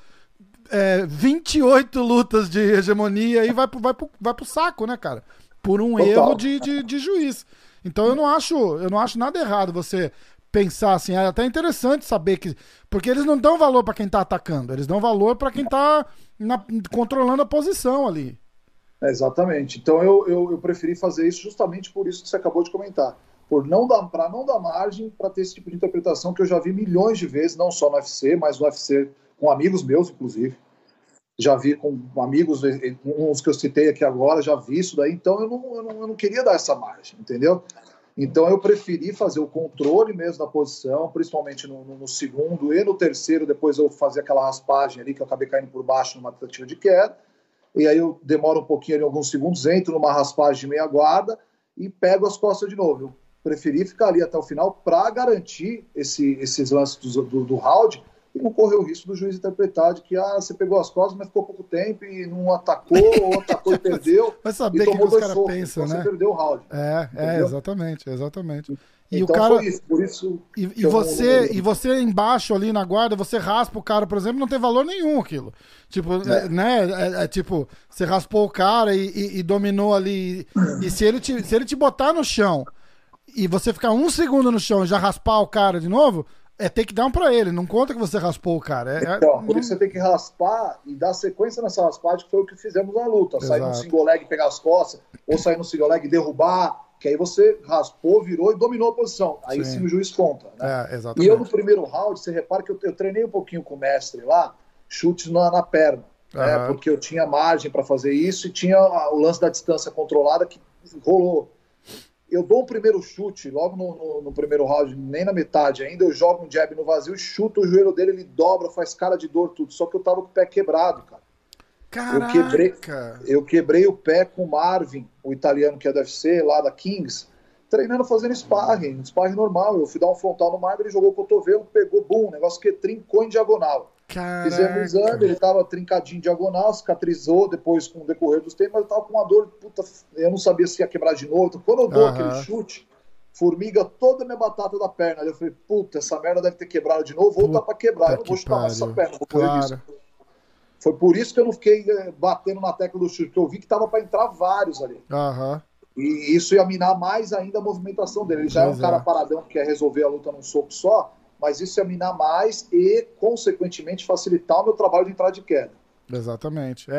28 lutas de hegemonia e vai pro saco, né, cara? Por um erro de juiz. Então eu não acho nada errado você pensar assim, é até interessante saber que... Porque eles não dão valor pra quem tá atacando, eles dão valor pra quem tá controlando a posição ali. Exatamente. Então eu preferi fazer isso justamente por isso que você acabou de comentar. Pra não dar margem para ter esse tipo de interpretação que eu já vi milhões de vezes, não só no UFC, mas no UFC com amigos meus, inclusive. Já vi com amigos, uns que eu citei aqui agora, já vi isso daí. Então eu não queria dar essa margem, entendeu? Então eu preferi fazer o controle mesmo da posição, principalmente no segundo e no terceiro, depois eu fazer aquela raspagem ali, que eu acabei caindo por baixo numa tentativa de queda, e aí eu demoro um pouquinho ali, alguns segundos, entro numa raspagem de meia guarda e pego as costas de novo. Eu preferi ficar ali até o final para garantir esses lances do round e não correr o risco do juiz interpretar de que você pegou as costas, mas ficou pouco tempo e não atacou, ou atacou e perdeu. Vai saber o que os caras pensam, né? Você perdeu o round. Exatamente. E então, o cara... por isso e você embaixo ali na guarda, você raspa o cara, por exemplo, não tem valor nenhum aquilo. Tipo, né? Tipo, você raspou o cara e dominou ali. E se ele te botar no chão e você ficar 1 segundo no chão e já raspar o cara de novo, takedown pra ele, não conta que você raspou o cara. Então, por isso você tem que raspar e dar sequência nessa raspagem, que foi o que fizemos na luta. Exato. Sair no single leg e pegar as costas, ou sair no single leg e derrubar, que aí você raspou, virou e dominou a posição. Aí sim o juiz conta. Né? Exatamente. E eu no primeiro round, você repara que eu treinei um pouquinho com o mestre lá, chutes na perna, né? Porque eu tinha margem para fazer isso e tinha o lance da distância controlada que rolou. Eu dou um primeiro chute, logo no primeiro round, nem na metade ainda, eu jogo um jab no vazio, chuto o joelho dele, ele dobra, faz cara de dor, tudo. Só que eu tava com o pé quebrado, cara. Caraca! Eu quebrei o pé com o Marvin, o italiano que é do UFC, lá da Kings, treinando, fazendo sparring normal. Eu fui dar um frontal no Marvin, ele jogou o cotovelo, pegou, bum, o negócio que trincou em diagonal. Caraca. Fizemos um exame, ele tava trincadinho em diagonal, cicatrizou depois com o decorrer dos tempos, mas eu tava com uma dor, puta, eu não sabia se ia quebrar de novo. Então, quando eu dou aquele chute, formiga toda a minha batata da perna. Aí eu falei, puta, essa merda deve ter quebrado de novo, ou tá pra quebrar, eu não vou chutar mais essa perna, vou correr isso. Foi por isso que eu não fiquei batendo na tecla do chute, porque eu vi que tava pra entrar vários ali. E isso ia minar mais ainda a movimentação dele. Ele já é um cara paradão que quer resolver a luta num soco só, mas isso ia minar mais e, consequentemente, facilitar o meu trabalho de entrada de queda. Exatamente.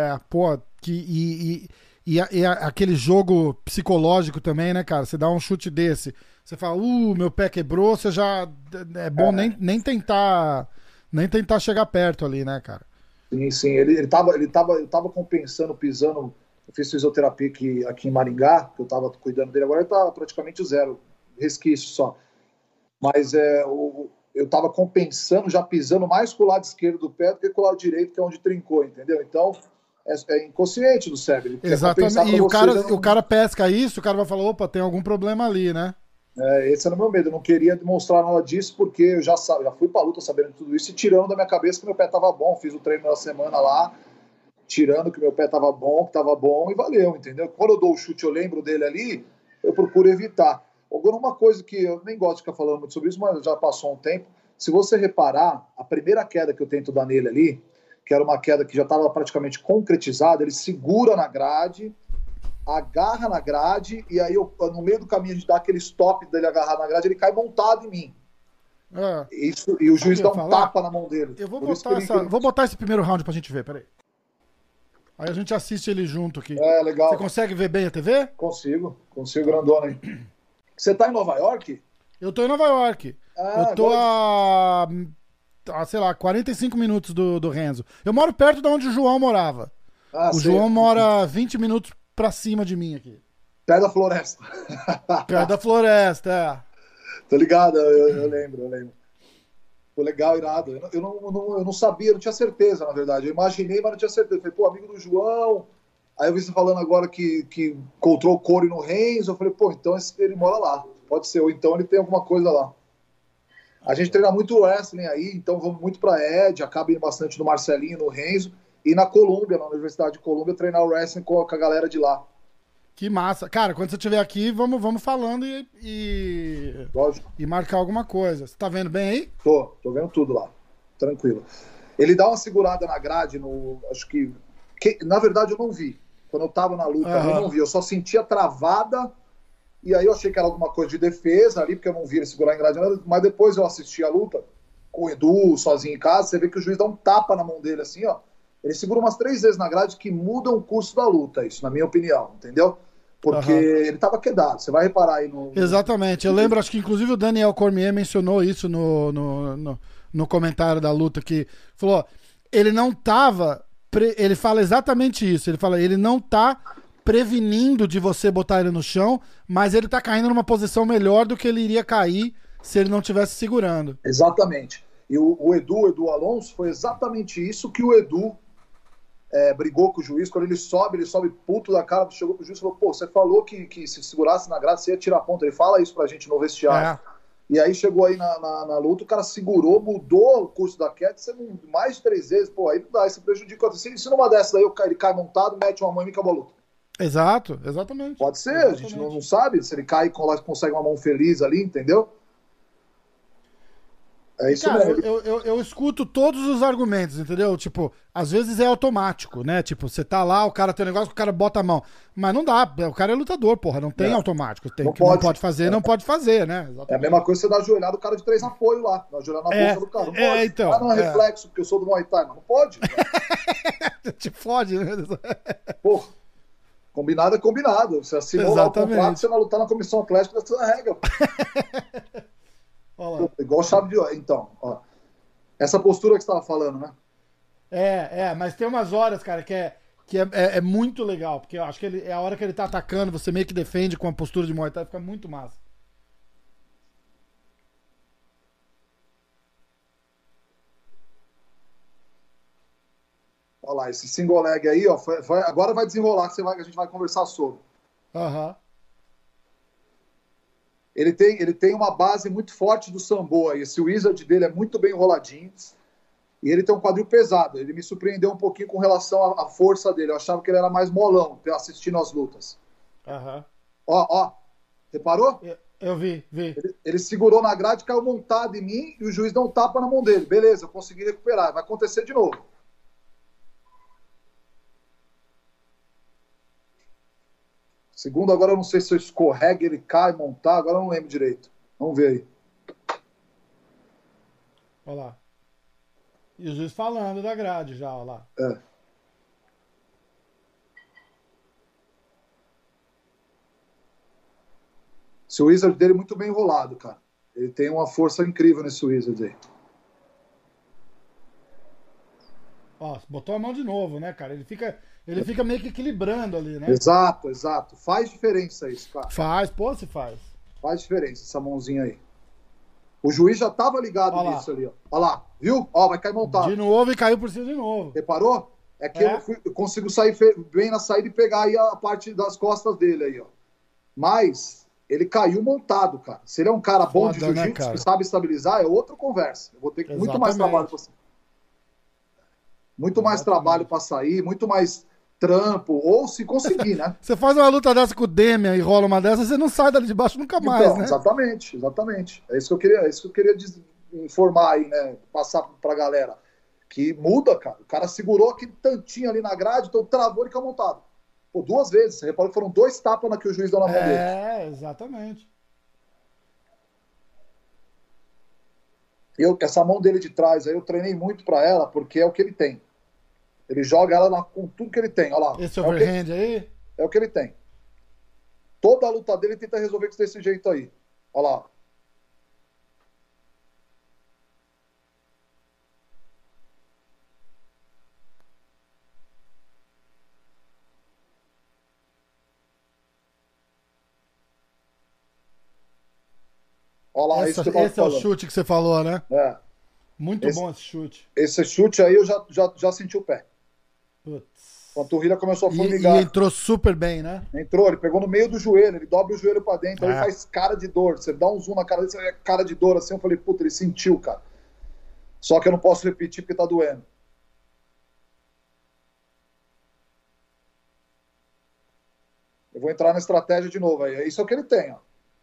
Aquele jogo psicológico também, né, cara? Você dá um chute desse, você fala, meu pé quebrou, você já... É bom nem tentar chegar perto ali, né, cara? Sim. Eu tava compensando, pisando... Eu fiz fisioterapia aqui em Maringá, que eu tava cuidando dele. Agora ele tá praticamente 0, resquício só. Mas eu tava compensando, já pisando mais com o lado esquerdo do pé do que com o lado direito, que é onde trincou, entendeu? Então, é inconsciente do cérebro. Exatamente. E o cara pesca isso, o cara vai falar, opa, tem algum problema ali, né? Esse era o meu medo. Eu não queria demonstrar nada disso, porque eu já fui pra luta sabendo tudo isso e tirando da minha cabeça que meu pé tava bom. Fiz o treino na semana lá, tirando que meu pé tava bom e valeu, entendeu? Quando eu dou o chute, eu lembro dele ali, eu procuro evitar. Agora, uma coisa que eu nem gosto de ficar falando muito sobre isso, mas já passou um tempo. Se você reparar, a primeira queda que eu tento dar nele ali, que era uma queda que já estava praticamente concretizada, ele segura na grade, agarra na grade, e aí no meio do caminho de dar aquele stop dele agarrar na grade, ele cai montado em mim. E o juiz dá um tapa na mão dele. Eu vou botar esse primeiro round pra gente ver, peraí. Aí a gente assiste ele junto aqui. É, legal. Você consegue ver bem a TV? Consigo grandona aí. Você tá em Nova York? Eu tô em Nova York. Eu tô a, sei lá, 45 minutos do Renzo. Eu moro perto de onde o João morava. O João mora 20 minutos pra cima de mim aqui. Perto da floresta. Perto da floresta, Tô ligado, eu lembro. Foi legal, irado. Eu não sabia, eu não tinha certeza, na verdade. Eu imaginei, mas não tinha certeza. Eu falei, pô, amigo do João. Aí eu vi você falando agora que encontrou o Corey no Renzo. Eu falei, pô, então ele mora lá. Pode ser, ou então ele tem alguma coisa lá. A gente treina muito wrestling aí, então vamos muito pra Ed, acaba indo bastante no Marcelinho, no Renzo. E na Colômbia, na Universidade de Colômbia, treinar o wrestling com a galera de lá. Que massa. Cara, quando você estiver aqui, vamos falando e marcar alguma coisa. Você tá vendo bem aí? Tô vendo tudo lá. Tranquilo. Ele dá uma segurada na grade, acho que na verdade eu não vi. Quando eu tava na luta, eu não vi. Eu só sentia travada e aí eu achei que era alguma coisa de defesa ali, porque eu não vi ele segurar em grade, mas depois eu assisti a luta com o Edu, sozinho em casa, você vê que o juiz dá um tapa na mão dele assim, ó. Ele segura umas 3 vezes na grade que mudam o curso da luta, isso, na minha opinião, entendeu? Porque ele tava quedado, você vai reparar aí no... Exatamente, eu lembro, acho que inclusive o Daniel Cormier mencionou isso no comentário da luta, que falou, ele não tava, ele fala exatamente isso, ele fala, ele não tá prevenindo de você botar ele no chão, mas ele tá caindo numa posição melhor do que ele iria cair se ele não tivesse segurando. Exatamente, e o Edu Alonso, foi exatamente isso que o Edu... brigou com o juiz, quando ele sobe puto da cara, chegou pro juiz e falou, pô, você falou que se segurasse na grade, você ia tirar a ponta. Ele fala isso pra gente no vestiário. E aí chegou aí na luta, o cara segurou, mudou o curso da queda, mais de 3 vezes, pô, aí não dá, isso prejudica. Se numa dessa daí ele cai montado, mete uma mão e me acabou a luta. Exato, exatamente. Pode ser, exatamente. A gente não sabe, se ele cai e consegue uma mão feliz ali, entendeu? É isso cara, mesmo. Eu escuto todos os argumentos, entendeu? Tipo, às vezes é automático, né? Tipo, você tá lá, o cara tem um negócio que o cara bota a mão. Mas não dá, o cara é lutador, porra, não tem automático. Tem, não pode fazer, não pode fazer, né? Exatamente. É a mesma coisa que você dar ajoelhada do cara de 3 apoio lá, dar ajoelhada na boca do cara. Não pode. Então. Não é reflexo, porque eu sou do Muay Thai, mas não pode. Te fode, né? Porra, combinado é combinado. Você assinou lá o contrato, você vai lutar na comissão atlética, você é regra. Igual chave de ouro. Então, ó. Essa postura que você estava falando, né? Mas tem umas horas, cara, que é muito legal, porque eu acho que é a hora que ele tá atacando, você meio que defende com a postura de Muay Thai, fica muito massa. Olha lá, esse single leg aí, ó, agora vai desenrolar, que a gente vai conversar sobre. Ele tem uma base muito forte do sambo aí. Esse wizard dele é muito bem enroladinho. E ele tem um quadril pesado. Ele me surpreendeu um pouquinho com relação à força dele. Eu achava que ele era mais molão, assistindo as lutas. Ó. Reparou? Eu vi. Ele segurou na grade, caiu montado em mim e o juiz deu um tapa na mão dele. Beleza, eu consegui recuperar. Vai acontecer de novo. Segundo, agora eu não sei se eu escorrego, ele cai, montar, agora eu não lembro direito. Vamos ver aí. Olha lá. E o juiz falando da grade já, olha lá. Esse wizard dele é muito bem enrolado, cara. Ele tem uma força incrível nesse wizard aí. Ó, botou a mão de novo, né, cara? Ele fica meio que equilibrando ali, né? Exato. Faz diferença isso, cara. Faz. Faz diferença essa mãozinha aí. O juiz já tava ligado nisso ali, ó. Olha lá, viu? Ó, vai cair montado. De novo e caiu por cima de novo. Reparou? É que eu consigo sair bem na saída e pegar aí a parte das costas dele aí, ó. Mas ele caiu montado, cara. Se ele é um cara bom de jiu-jitsu, né, que sabe estabilizar, é outra conversa. Eu vou ter muito mais trabalho pra sair. Muito mais trabalho pra sair, muito mais trampo, ou se conseguir, né? Você faz uma luta dessa com o Demian e rola uma dessa, você não sai dali de baixo nunca mais, então, né? Exatamente. É isso que eu queria informar aí, né? Passar pra galera. Que muda, cara. O cara segurou aquele tantinho ali na grade, então travou e caiu montado. Pô, 2 vezes. Você reparou que foram 2 tapas que o juiz deu na mão dele. Exatamente. Essa mão dele de trás aí, eu treinei muito pra ela, porque é o que ele tem. Ele joga ela com tudo que ele tem, olha lá. Esse overhand aí? É o que ele tem. Toda a luta dele tenta resolver desse jeito aí. Olha lá. Olha lá, esse é o chute que você falou, né? É. Muito bom esse chute. Esse chute aí eu já senti o pé. Putz. A panturrilha começou a formigar. E entrou super bem, né? Entrou, ele pegou no meio do joelho, ele dobra o joelho pra dentro, aí faz cara de dor. Você dá um zoom na cara dele, você vê cara de dor assim. Eu falei, puta, ele sentiu, cara. Só que eu não posso repetir porque tá doendo. Eu vou entrar na estratégia de novo aí. Isso é o que ele tem, ó.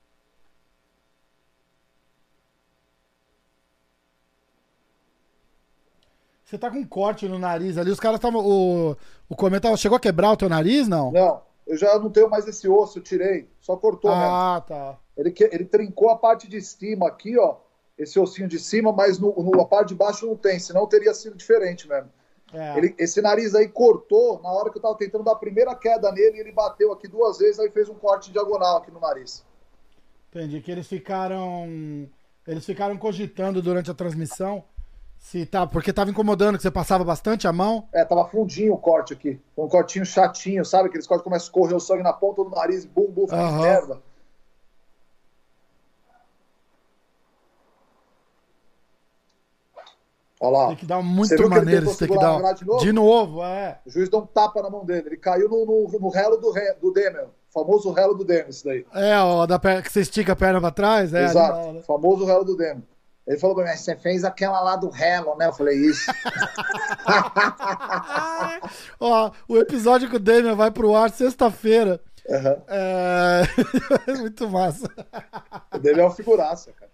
Você tá com um corte no nariz ali, os caras estavam. O comentário chegou a quebrar o teu nariz, não? Não, eu já não tenho mais esse osso, eu tirei, só cortou mesmo. Ah, tá. Ele trincou a parte de cima aqui, ó, esse ossinho de cima, mas a parte de baixo não tem, senão teria sido diferente mesmo. Esse nariz aí cortou na hora que eu tava tentando dar a primeira queda nele, e ele bateu aqui 2 vezes, aí fez um corte diagonal aqui no nariz. Entendi, que eles ficaram cogitando durante a transmissão. Porque tava incomodando, que você passava bastante a mão. Tava fundinho o corte aqui. Um cortinho chatinho, sabe? Aqueles cortes que começam a escorrer o sangue na ponta do nariz, bum, fica de merda. Olha lá. Tem que dar muito maneiro isso, tem que dar. De novo, O juiz dá um tapa na mão dele. Ele caiu no relo do Demian. O famoso relo do Demian, isso daí. Que você estica a perna pra trás. Exato, animal, né? Famoso relo do Demian. Ele falou pra mim, você fez aquela lá do relo, né? Eu falei, isso. O episódio com o Damian vai pro ar sexta-feira. Uhum. Muito massa. O Damian é uma figuraça, cara.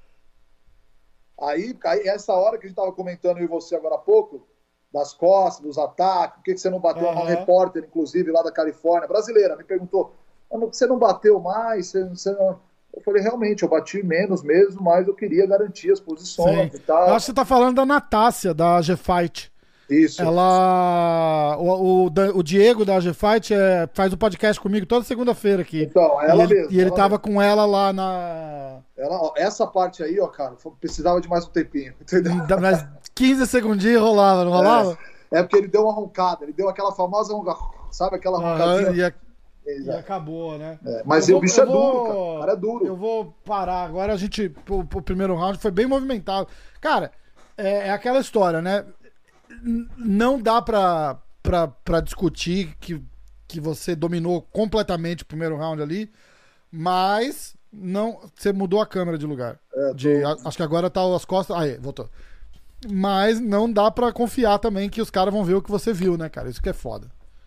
Aí, essa hora que a gente tava comentando, eu e você agora há pouco, das costas, dos ataques, por que você não bateu? Uma repórter, inclusive, lá da Califórnia, brasileira, me perguntou, você não bateu mais? Você não... Eu falei, realmente, eu bati menos mesmo, mas eu queria garantir as posições e tal. Eu acho que você tá falando da Natácia, da G-Fight. Isso. Ela... O Diego da G-Fight faz o podcast comigo toda segunda-feira aqui. Então, ela mesmo. E ele tava com ela lá na... Essa parte aí, ó, cara, precisava de mais um tempinho, entendeu? Mas 15 segundinhos rolava, não rolava? É porque ele deu uma roncada, ele deu aquela famosa roncada, sabe? Aquela roncadinha. E acabou, né? Mas o bicho é duro, cara. O cara é duro. Eu vou parar. Agora o primeiro round foi bem movimentado. Cara, é aquela história, né? Não dá pra discutir que você dominou completamente o primeiro round ali, mas não, você mudou a câmera de lugar. Acho que agora tá as costas... Aí, voltou. Mas não dá pra confiar também que os caras vão ver o que você viu, né, cara? Isso que é foda.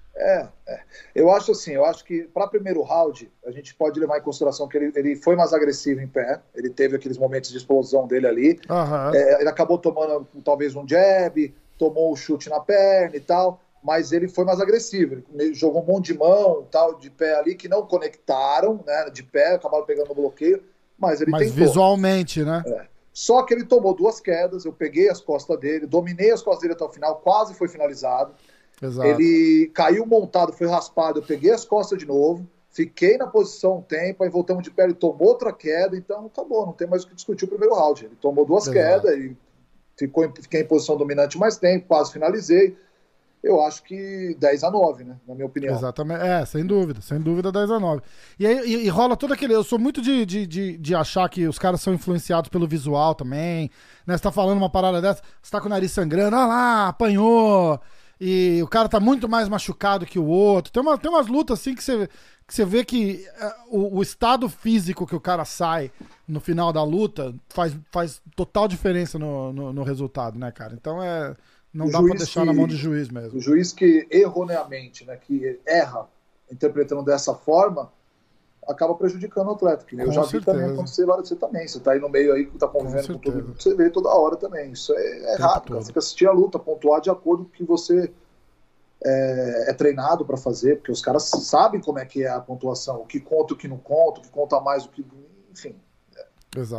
Eu acho assim, que para primeiro round a gente pode levar em consideração que ele foi mais agressivo em pé, ele teve aqueles momentos de explosão dele ali, ele acabou tomando talvez um jab, tomou um chute na perna e tal, mas ele foi mais agressivo, ele jogou um monte de mão tal, de pé ali, que não conectaram, né, de pé, acabaram pegando no bloqueio, mas ele tentou. Visualmente, né? Só que ele tomou 2 quedas, eu peguei as costas dele, dominei as costas dele até o final, quase foi finalizado. Exato. Ele caiu montado, foi raspado, eu peguei as costas de novo, fiquei na posição um tempo, aí voltamos de pé, ele tomou outra queda, então acabou, não tem mais o que discutir o primeiro round. Ele tomou 2 quedas e fiquei em posição dominante mais tempo, quase finalizei. Eu acho que 10-9, né, na minha opinião. Exatamente, sem dúvida 10-9. E aí e rola todo aquele... Eu sou muito de achar que os caras são influenciados pelo visual também, né? Você tá falando uma parada dessa, você tá com o nariz sangrando, lá, apanhou... E o cara tá muito mais machucado que o outro. Tem umas lutas assim que você vê que o estado físico que o cara sai no final da luta faz total diferença no resultado, né, cara? Então não dá pra deixar na mão do juiz mesmo. O juiz que erroneamente, né, que erra interpretando dessa forma, acaba prejudicando o atleta. Que eu já vi também acontecer várias vezes também. Você tá aí no meio aí, que tá convivendo com todo mundo, você vê toda hora também. Isso é errado, cara. Você tem que assistir a luta, pontuar de acordo com o que você é treinado pra fazer, porque os caras sabem como é que é a pontuação, o que conta, o que não conta, o que conta mais, o que... Enfim.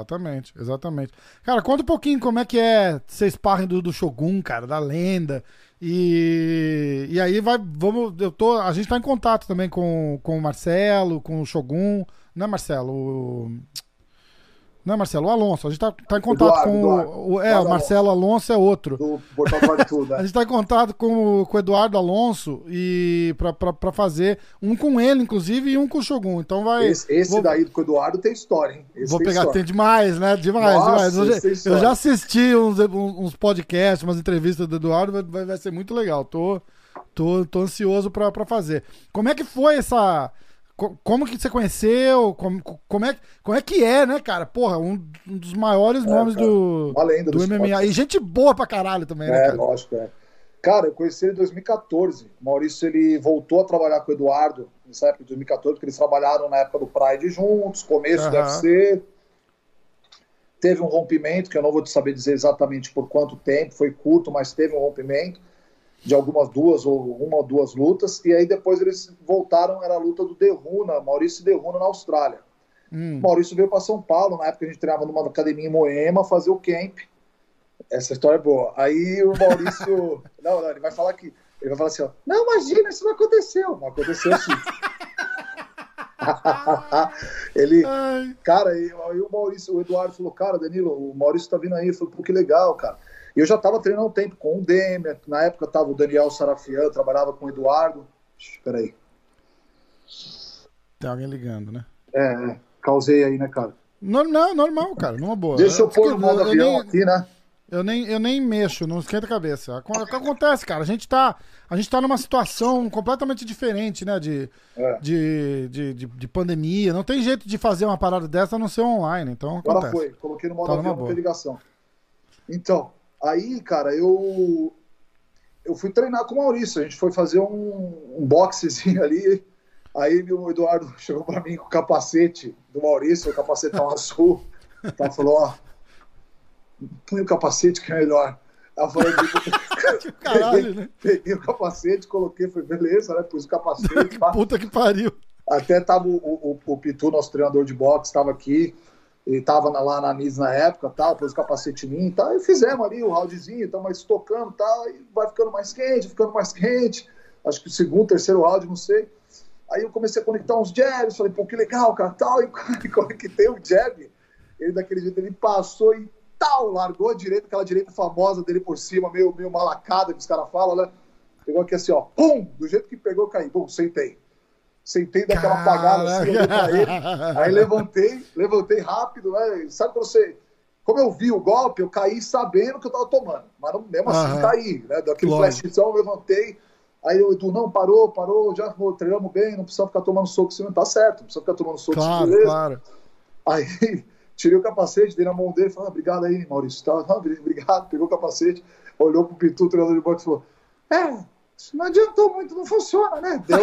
Exatamente. Cara, conta um pouquinho como é que é ser sparring do Shogun, cara, da lenda. E aí a gente tá em contato também com o Marcelo, com o Shogun. Não é Marcelo, o Alonso. A gente tá em contato com o Marcelo Alonso é outro. Do Portal Vale Tudo, A gente tá em contato com o Eduardo Alonso e pra fazer um com ele, inclusive, e um com o Shogun. Então vai. Daí com o Eduardo tem história, hein? Tem demais, né? Demais. Eu já assisti uns podcasts, umas entrevistas do Eduardo, vai ser muito legal. Tô ansioso pra fazer. Como é que foi essa. Como que você conheceu? Como é que é, né, cara? Porra, um dos maiores nomes do MMA. E gente boa pra caralho também, né, cara? Lógico, Cara, eu conheci ele em 2014. O Maurício, ele voltou a trabalhar com o Eduardo nessa época de 2014, porque eles trabalharam na época do Pride juntos, começo do UFC. Teve um rompimento, que eu não vou te saber dizer exatamente por quanto tempo, foi curto, mas teve um rompimento de uma ou duas lutas, e aí depois eles voltaram, era a luta do Derruna, Maurício Derruna na Austrália. Maurício veio para São Paulo, na época a gente treinava numa academia em Moema, fazer o camp. Essa história é boa. Aí o Maurício... não, ele vai falar aqui. Ele vai falar assim, ó, não, imagina, isso não aconteceu. Não aconteceu sim. Cara, aí o Eduardo falou, cara, Danilo, o Maurício tá vindo aí. Eu falei, pô, que legal, cara. E eu já tava treinando um tempo com o Demer, na época tava o Daniel Sarafian, trabalhava com o Eduardo. Espera aí. Tem alguém ligando, né? Causei aí, né, cara? Não, normal, cara, numa boa. Deixa eu pôr no modo avião aqui, né? Eu nem mexo, não esquenta a cabeça. O que acontece, cara? A gente tá numa situação completamente diferente, né? De pandemia. Não tem jeito de fazer uma parada dessa a não ser online. Então acontece. Agora foi. Coloquei no modo avião, não tem ligação. Então, aí, cara, eu fui treinar com o Maurício. A gente foi fazer um boxezinho ali. Aí o Eduardo chegou pra mim com o capacete do Maurício, o capacetão azul. Então falou, ó, põe o capacete que é melhor. Aí eu falei, caralho, né? Peguei o capacete, coloquei, falei, beleza, né? Pus o capacete. Puta que pariu. Até tava o Pitu, nosso treinador de boxe, tava aqui. Ele tava lá na NIS na época, tal, pôs o capacete em mim e tal. E fizemos ali o roundzinho, estamos estocando e tal. E vai ficando mais quente. Acho que o segundo, terceiro round, não sei. Aí eu comecei a conectar uns jabs, falei, pô, que legal, cara, tal. E conectei o jab, ele daquele jeito, ele passou e tal, largou a direita, aquela direita famosa dele por cima, meio malacada, que os caras falam, né? Pegou aqui assim, ó, pum, do jeito que pegou, eu caí, pum, sentei daquela apagada assim, olhei pra ele, aí levantei rápido, né? Sabe quando como eu vi o golpe, eu caí sabendo que eu tava tomando, mas mesmo assim caí, né? Daquele flashzão, eu levantei. Aí o Edu, não, parou, já treinamos bem, não precisa ficar tomando soco, senão tá certo, não precisa ficar tomando soco, beleza. Claro. Aí tirei o capacete, dei na mão dele, falei, obrigado aí, Maurício, tá? Obrigado, pegou o capacete, olhou pro Pitu, o treinador de boxe, e falou, isso não adiantou muito, não funciona, né? Deu.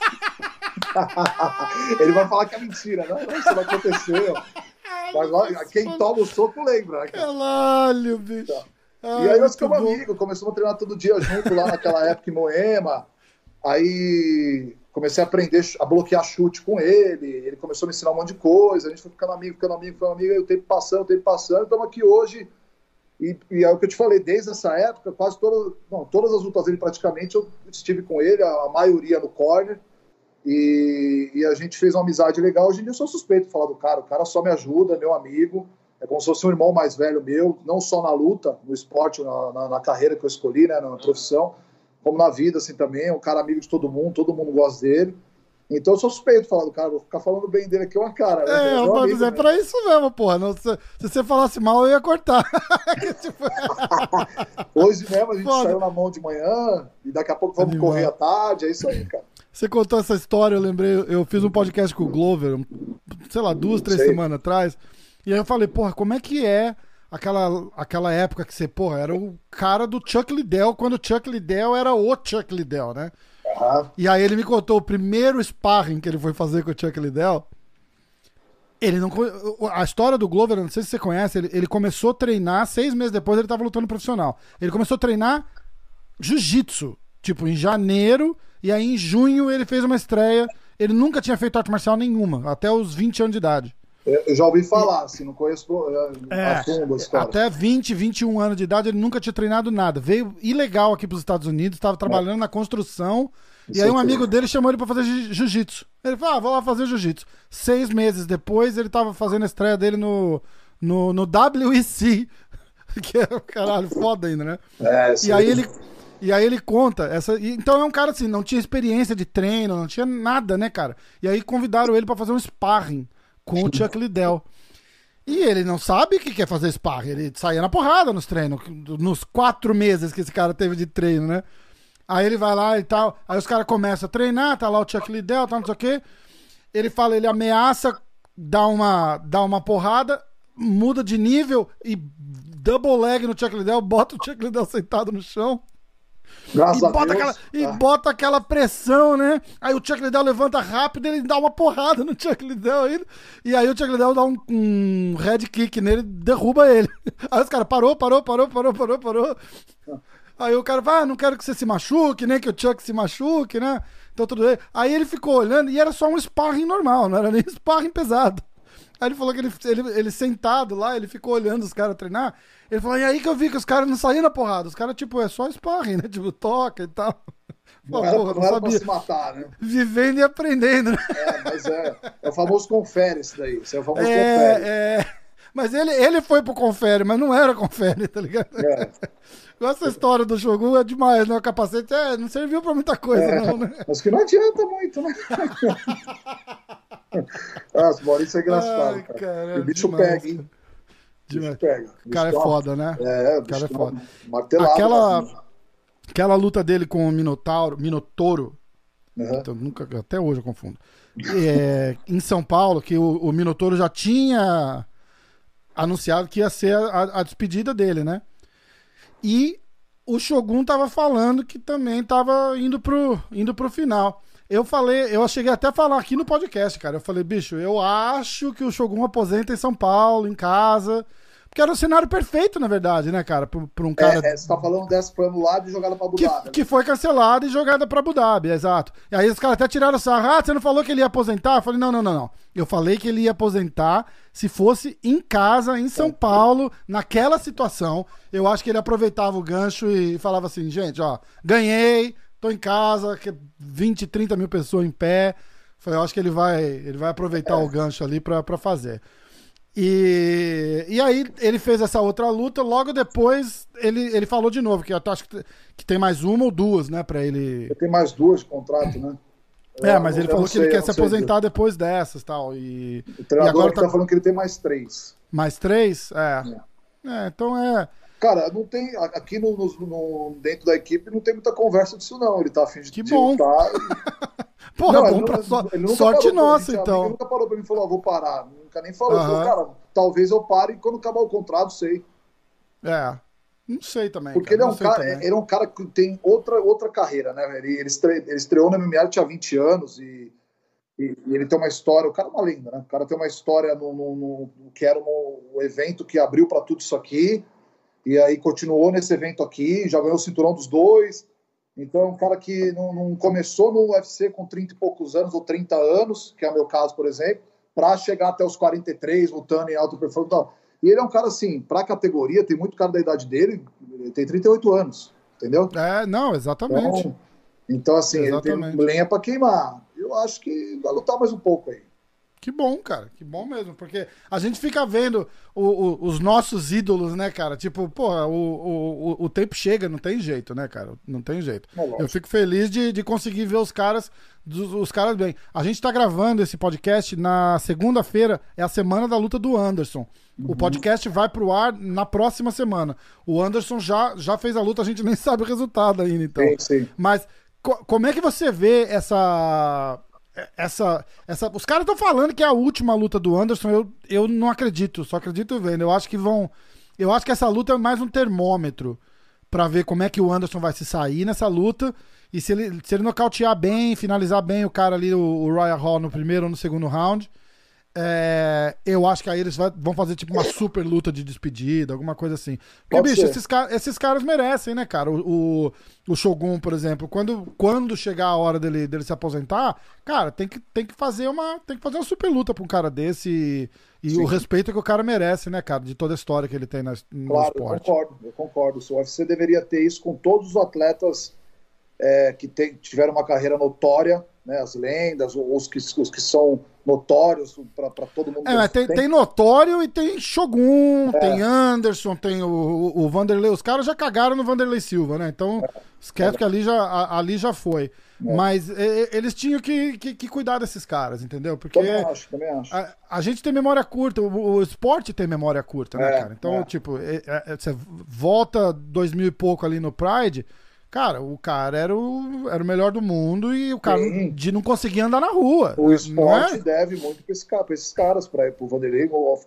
Ele vai falar que é mentira, né? Isso não aconteceu. Mas quem toma o soco lembra, né? Caralho, bicho. Tá. E aí nós ficamos amigos, começamos a treinar todo dia junto lá naquela época em Moema. Aí comecei a aprender a bloquear chute com ele começou a me ensinar um monte de coisa, a gente foi ficando amigo, aí o tempo passando, estamos aqui hoje. E é o que eu te falei, desde essa época, quase todas as lutas dele praticamente eu estive com ele, a maioria no corner. E a gente fez uma amizade legal. Hoje em dia eu sou suspeito de falar do cara, o cara só me ajuda, é meu amigo. É como se fosse um irmão mais velho meu, não só na luta, no esporte, na carreira que eu escolhi, né, na profissão, como na vida, assim, também. É um cara amigo de todo mundo gosta dele. Então eu sou suspeito de falar do cara, vou ficar falando bem dele aqui uma cara. Né? É pra isso mesmo, porra. Não, se você falasse mal, eu ia cortar. Hoje mesmo a gente saiu na mão de manhã, e daqui a pouco vamos correr à tarde, é isso aí, cara. Você contou essa história, eu lembrei, eu fiz um podcast com o Glover, sei lá, 2-3 semanas atrás. E aí eu falei, porra, como é que é aquela época que você, porra, era o cara do Chuck Liddell, quando o Chuck Liddell era o Chuck Liddell, né? Uhum. E aí ele me contou o primeiro sparring que ele foi fazer com o Chuck Liddell. A história do Glover, não sei se você conhece, ele começou a treinar, 6 meses depois ele tava lutando profissional. Ele começou a treinar jiu-jitsu, tipo, em janeiro, e aí em junho ele fez uma estreia. Ele nunca tinha feito arte marcial nenhuma, até os 20 anos de idade. Eu já ouvi falar, assim, não conheço a fundo a história. Até 20, 21 anos de idade, ele nunca tinha treinado nada. Veio ilegal aqui para os Estados Unidos, estava trabalhando na construção. E aí um amigo dele chamou ele para fazer jiu-jitsu. Ele falou, vou lá fazer jiu-jitsu. 6 meses depois, ele estava fazendo a estreia dele no WEC, que é, caralho, foda ainda, né? E aí ele conta, então é um cara assim, não tinha experiência de treino, não tinha nada, né, cara? E aí convidaram ele para fazer um sparring com o Chuck Liddell. E ele não sabe o que é fazer sparring, ele saía na porrada nos treinos, nos 4 meses que esse cara teve de treino, né? Aí ele vai lá e tal, aí os caras começam a treinar, tá lá o Chuck Liddell, tá não sei o quê. Ele fala, ele ameaça dar uma porrada, muda de nível e double leg no Chuck Liddell, bota o Chuck Liddell sentado no chão. Bota aquela pressão, né? Aí o Chuck Liddell levanta rápido, ele dá uma porrada no Chuck Liddell ainda. E aí o Chuck Liddell dá um head kick nele, derruba ele. Aí os caras parou. Aí o cara vai, não quero que você se machuque, nem que o Chuck se machuque, né? Então tudo bem. Aí ele ficou olhando e era só um sparring normal, não era nem sparring pesado. Aí ele falou que ele sentado lá, ele ficou olhando os caras treinar. Ele falou, e aí que eu vi que os caras não saíam na porrada. Os caras, tipo, é só sparring, né? Tipo, toca e tal. Não era pra se matar, né? Vivendo e aprendendo, né? Mas é o famoso confere isso daí. Isso é o famoso confere. Mas ele foi pro confere, mas não era confere, tá ligado? Essa história do Shogun é demais, né? O capacete não serviu pra muita coisa, não, né? Mas que não adianta muito, né? Nossa, Maurício é engraçado, cara. O bicho demais, pega, hein? Demais. O cara é foda, né? O cara é foda. Martelado. Aquela luta dele com o Minotauro, então, até hoje eu confundo. Em São Paulo, que o Minotauro já tinha anunciado que ia ser a despedida dele, né? E o Shogun tava falando que também tava indo pro final. Eu cheguei até a falar aqui no podcast, cara. Eu falei, bicho, eu acho que o Shogun aposenta em São Paulo, em casa. Porque era um cenário perfeito, na verdade, né, cara? Pra um cara. Você tá falando dessa foi anulada e jogada pra Abu Dhabi. Que foi cancelada e jogada pra Abu Dhabi, exato. E aí os caras até tiraram o sarro. Você não falou que ele ia aposentar? Eu falei, não. Eu falei que ele ia aposentar se fosse em casa, em São Paulo, naquela situação. Eu acho que ele aproveitava o gancho e falava assim, gente, ó, ganhei, tô em casa, 20, 30 mil pessoas em pé. Eu acho que ele vai aproveitar o gancho ali pra fazer. E aí ele fez essa outra luta, logo depois ele falou de novo, que eu acho que tem mais uma ou duas, né, pra ele... Tem mais 2 de contrato, né? Mas ele falou que ele quer se aposentar depois dessas e tal. O treinador agora tá falando que ele tem mais 3. Mais 3? Então Cara, não tem. Aqui dentro da equipe não tem muita conversa disso, não. Ele tá afim de lutar. Porra, bom pra sorte nossa, então. Ele nunca parou pra mim e falou, vou parar. Nunca nem falou. Ele falou, cara, talvez eu pare e quando acabar o contrato, sei. Não sei também. Porque ele é um cara que tem outra carreira, né? Ele estreou no MMA, ele tinha 20 anos e ele tem uma história. O cara é uma lenda, né? O cara tem uma história que era um evento que abriu pra tudo isso aqui. E aí continuou nesse evento aqui, já ganhou o cinturão dos 2. Então é um cara que não começou no UFC com 30 e poucos anos ou 30 anos, que é o meu caso, por exemplo, para chegar até os 43, lutando em alto performance. E ele é um cara assim, pra categoria, tem muito cara da idade dele, ele tem 38 anos, entendeu? Não, exatamente. Então assim, exatamente. Ele tem lenha pra queimar. Eu acho que vai lutar mais um pouco aí. Que bom, cara, que bom mesmo, porque a gente fica vendo os nossos ídolos, né, cara, tipo, porra, o tempo chega, não tem jeito, né, cara, não tem jeito. Eu fico feliz de conseguir ver os caras bem. A gente tá gravando esse podcast na segunda-feira, é a semana da luta do Anderson. O podcast vai pro ar na próxima semana. O Anderson já fez a luta, a gente nem sabe o resultado ainda, então. Sim. Mas como é que você vê essa os caras estão falando que é a última luta do Anderson. Eu não acredito, só acredito vendo. Eu acho que essa luta é mais um termômetro pra ver como é que o Anderson vai se sair nessa luta e se ele nocautear bem, finalizar bem o cara ali, o Ryan Hall no primeiro ou no segundo round, eu acho que aí eles vão fazer tipo uma super luta de despedida, alguma coisa assim. Porque, Pode bicho, ser. esses caras merecem, né, cara? O Shogun, por exemplo, quando chegar a hora dele se aposentar, cara, tem que fazer uma super luta pra um cara desse e o respeito que o cara merece, né, cara? De toda a história que ele tem no Claro, esporte. eu concordo. O UFC deveria ter isso com todos os atletas que tiveram uma carreira notória, né, as lendas, os que são notórios para todo mundo. Tem Notório e tem Shogun, tem Anderson, tem o Vanderlei. Os caras já cagaram no Vanderlei Silva, né? Então, esquece que ali já foi. Mas eles tinham que cuidar desses caras, entendeu? Porque também acho. A gente tem memória curta, o esporte tem memória curta, né, cara? Então, tipo, você volta 2000 e pouco ali no Pride. Cara, o cara era o melhor do mundo e o cara de não conseguir andar na rua. O esporte deve muito para esses caras, para o Vanderlei,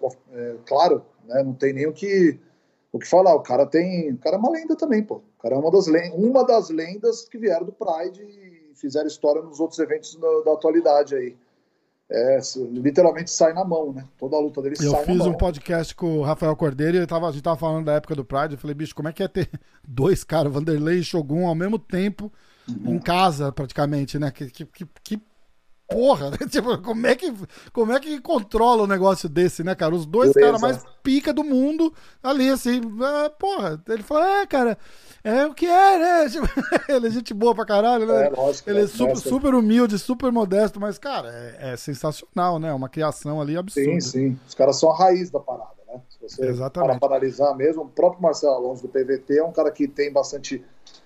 claro, né, não tem nem o que falar. O cara é uma lenda também, pô. O cara é uma das lendas que vieram do Pride e fizeram história nos outros eventos da atualidade aí. Literalmente sai na mão, né? Toda a luta dele sai na mão. Eu fiz um podcast com o Rafael Cordeiro e a gente tava falando da época do Pride. Eu falei, bicho, como é que é ter dois caras, Vanderlei e Shogun, ao mesmo tempo em casa, praticamente, né? Que porra, né? Tipo, como é que controla um negócio desse, né, cara? Os dois caras mais pica do mundo ali, assim, porra. Ele falou, cara, é o que né? Tipo, ele é gente boa pra caralho, né? Lógico, ele é super humilde, super modesto, mas, cara, é sensacional, né? Uma criação ali absurda. Sim. Os caras são a raiz da parada, né? Se você para analisar mesmo, o próprio Marcelo Alonso do PVT é um cara que tem bastante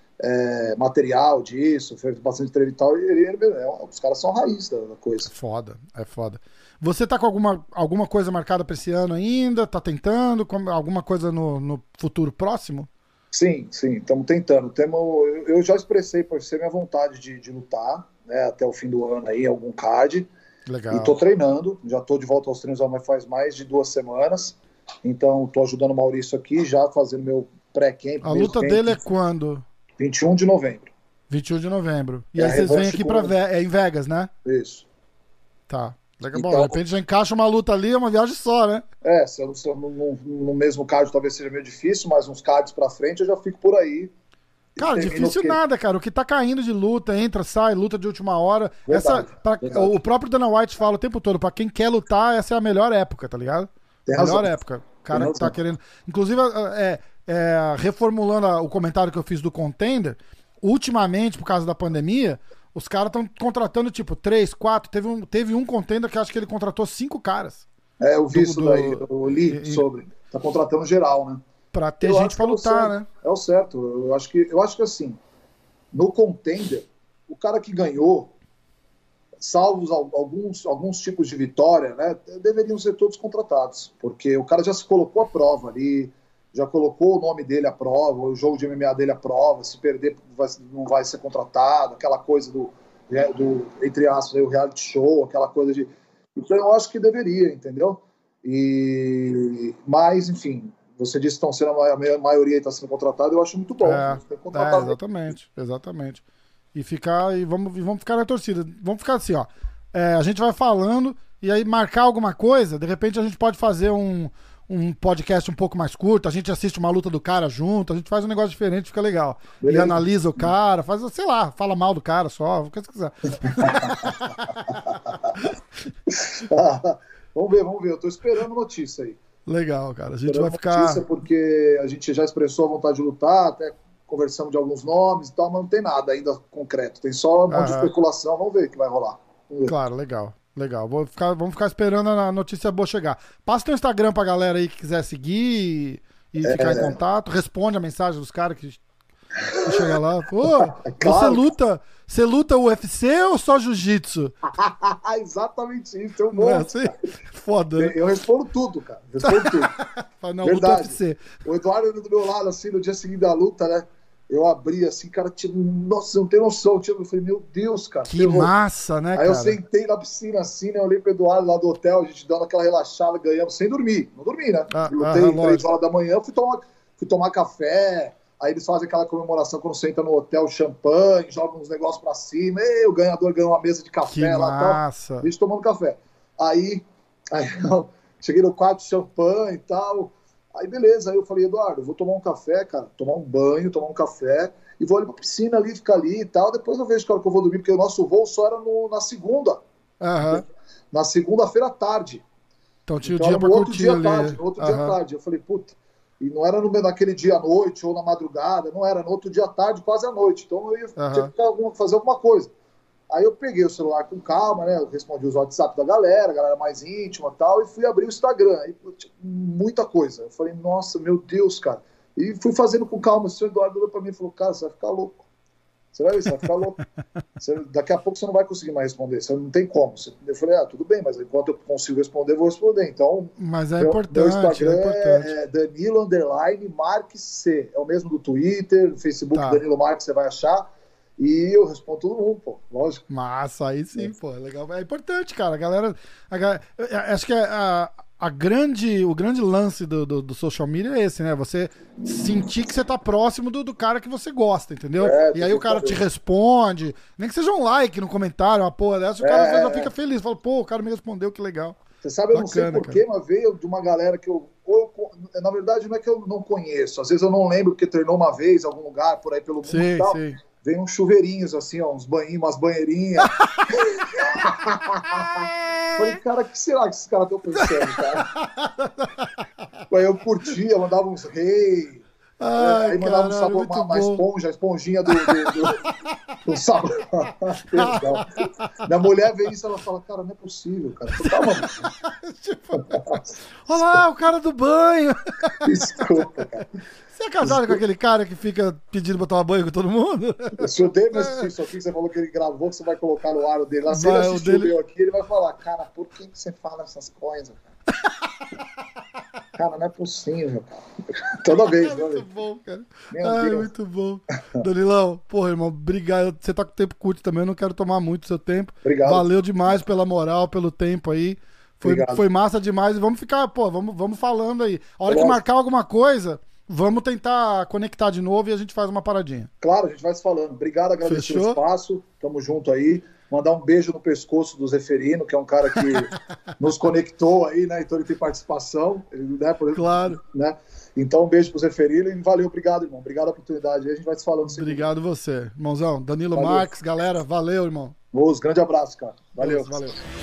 material disso, fez bastante entrevista e tal, os caras são a raiz da coisa. É foda. Você tá com alguma coisa marcada pra esse ano ainda? Tá tentando? Alguma coisa no futuro próximo? Sim, estamos tentando. Eu já expressei por ser minha vontade de lutar, né, até o fim do ano aí, algum card. Legal. E tô treinando, já tô de volta aos treinos faz mais de 2 semanas. Então tô ajudando o Maurício aqui, já fazendo meu pré-camp. A luta dele é quando? 21 de novembro. 21 de novembro. E aí vocês vêm aqui em Vegas, né? Isso. Tá. Legal. Então, bom, de repente já encaixa uma luta ali, é uma viagem só, né? Se eu no mesmo card talvez seja meio difícil, mas uns cards pra frente eu já fico por aí. Cara, difícil nada, cara. O que tá caindo de luta, entra, sai, luta de última hora. Verdade. O próprio Dana White fala o tempo todo, pra quem quer lutar, essa é a melhor época, tá ligado? Melhor época. O cara que tá querendo... Inclusive, reformulando o comentário que eu fiz do Contender, ultimamente, por causa da pandemia, os caras estão contratando, tipo, 3, 4. Teve um Contender que acho que ele contratou 5 caras. Eu vi isso daí, eu li sobre. Tá contratando geral, né? Pra ter gente pra lutar, né? É o certo. Eu acho que assim, no Contender, o cara que ganhou, salvos alguns tipos de vitória, né, deveriam ser todos contratados, porque o cara já se colocou à prova ali, já colocou o nome dele à prova, o jogo de MMA dele à prova, se perder não vai ser contratado, aquela coisa do entre aspas, o reality show, aquela coisa de... Então eu acho que deveria, entendeu? Mas, enfim, você disse que estão sendo, a maioria está sendo contratada, eu acho muito bom. Exatamente. E vamos ficar na torcida. Vamos ficar assim, ó. A gente vai falando e aí marcar alguma coisa, de repente a gente pode fazer um podcast um pouco mais curto, a gente assiste uma luta do cara junto, a gente faz um negócio diferente, fica legal. Beleza. Ele analisa o cara, faz, sei lá, fala mal do cara só, o que você quiser. Vamos ver, eu tô esperando notícia aí. Legal, cara, a gente vai ficar... Notícia porque a gente já expressou a vontade de lutar, até conversamos de alguns nomes e tal, mas não tem nada ainda concreto, tem só um monte de especulação, vamos ver o que vai rolar. Claro, legal. Vamos ficar esperando a notícia boa chegar. Passa teu Instagram pra galera aí que quiser seguir e ficar em contato. Responde a mensagem dos caras que chega lá. Pô, claro. Você luta UFC ou só jiu-jitsu? Exatamente isso, eu vou. Assim? Foda. Né? Eu respondo tudo, cara. Não, luta UFC. O Eduardo do meu lado, assim, no dia seguinte da luta, né? Eu abri assim, cara, nossa, não tem noção. Eu falei, meu Deus, cara. Que massa, né, Aí cara? eu sentei na piscina assim, né? Eu olhei pro Eduardo lá do hotel, a gente dando aquela relaxada, ganhamos, sem dormir. Não dormi, né? Lutei 3 horas da manhã, fui tomar café. Aí eles fazem aquela comemoração quando você entra no hotel, champanhe, jogam uns negócios pra cima. O ganhador ganhou uma mesa de café lá. Massa. Tal. A gente tomando café. Aí Aí eu cheguei no quarto, champanhe e tal. Aí beleza, aí eu falei, Eduardo, eu vou tomar um café, cara, tomar um banho, tomar um café, e vou ali pra piscina ali, ficar ali e tal. Depois eu vejo que hora que eu vou dormir, porque o nosso voo só era na segunda. Na segunda-feira à tarde. Então tinha o dia pra curtir ali. No outro dia à tarde. Eu falei, puta, e não era naquele dia à noite ou na madrugada, não era, no outro dia à tarde, quase à noite. Então eu ia tinha que fazer alguma coisa. Aí eu peguei o celular com calma, né? Eu respondi os WhatsApp da galera mais íntima e tal, e fui abrir o Instagram. Aí, muita coisa. Eu falei, nossa, meu Deus, cara. E fui fazendo com calma. O senhor Eduardo olhou pra mim e falou, cara, você vai ficar louco. Você vai ver, você vai ficar louco. Daqui a pouco você não vai conseguir mais responder. Você não tem como. Eu falei, tudo bem, mas enquanto eu consigo responder, eu vou responder. Então, mas é importante. Meu Instagram é Danilo_Marques C. É o mesmo do Twitter, Facebook Danilo Marques, você vai achar. E eu respondo todo mundo, pô, lógico. Massa, aí sim, pô, legal. É importante, cara. A galera acho que o grande lance do social media é esse, né? Você sentir que você tá próximo do cara que você gosta, entendeu? E aí o cara te responde, nem que seja um like no comentário, uma porra dessa, o cara às vezes já fica feliz, fala, pô, o cara me respondeu, que legal. Você sabe, eu não sei porquê, mas veio de uma galera que na verdade não é que eu não conheço, às vezes eu não lembro porque treinou uma vez em algum lugar por aí pelo mundo e tal. Sim. Vem uns chuveirinhos, assim, ó, uns banhinhos, umas banheirinhas. Falei, cara, o que será que esses caras estão pensando, cara? Aí eu curtia, mandava uns rei. Aí mandava um sabor, uma esponjinha do sabor. Minha mulher vê isso e ela fala, cara, não é possível, cara. Calma, olha lá, o cara do banho. Desculpa, cara. Você é casado com aquele cara que fica pedindo pra tomar banho com todo mundo? Se o David assistir isso aqui, você falou que ele gravou, que você vai colocar no ar dele lá. Se ele assistir o meu aqui, ele vai falar, cara, por que você fala essas coisas, cara? Cara, não é possível, cara. Toda vez, né? Muito bom, cara. Muito bom. Danilão, porra, irmão, obrigado. Você tá com tempo curto também, eu não quero tomar muito do seu tempo. Obrigado. Valeu demais pela moral, pelo tempo aí. Foi massa demais. E vamos ficar, pô, vamos falando aí. A hora que marcar alguma coisa, vamos tentar conectar de novo e a gente faz uma paradinha. Claro, a gente vai se falando. Obrigado, agradecer o espaço. Tamo junto aí. Mandar um beijo no pescoço do Zeferino, que é um cara que nos conectou aí, né? Então ele tem participação, né? Claro. Né? Então um beijo pro Zeferino e valeu, obrigado, irmão. Obrigado a oportunidade. Aí a gente vai se falando. Obrigado você, irmãozão. Danilo Marques, galera, valeu, irmão. Grande abraço, cara. Valeu. Valeu.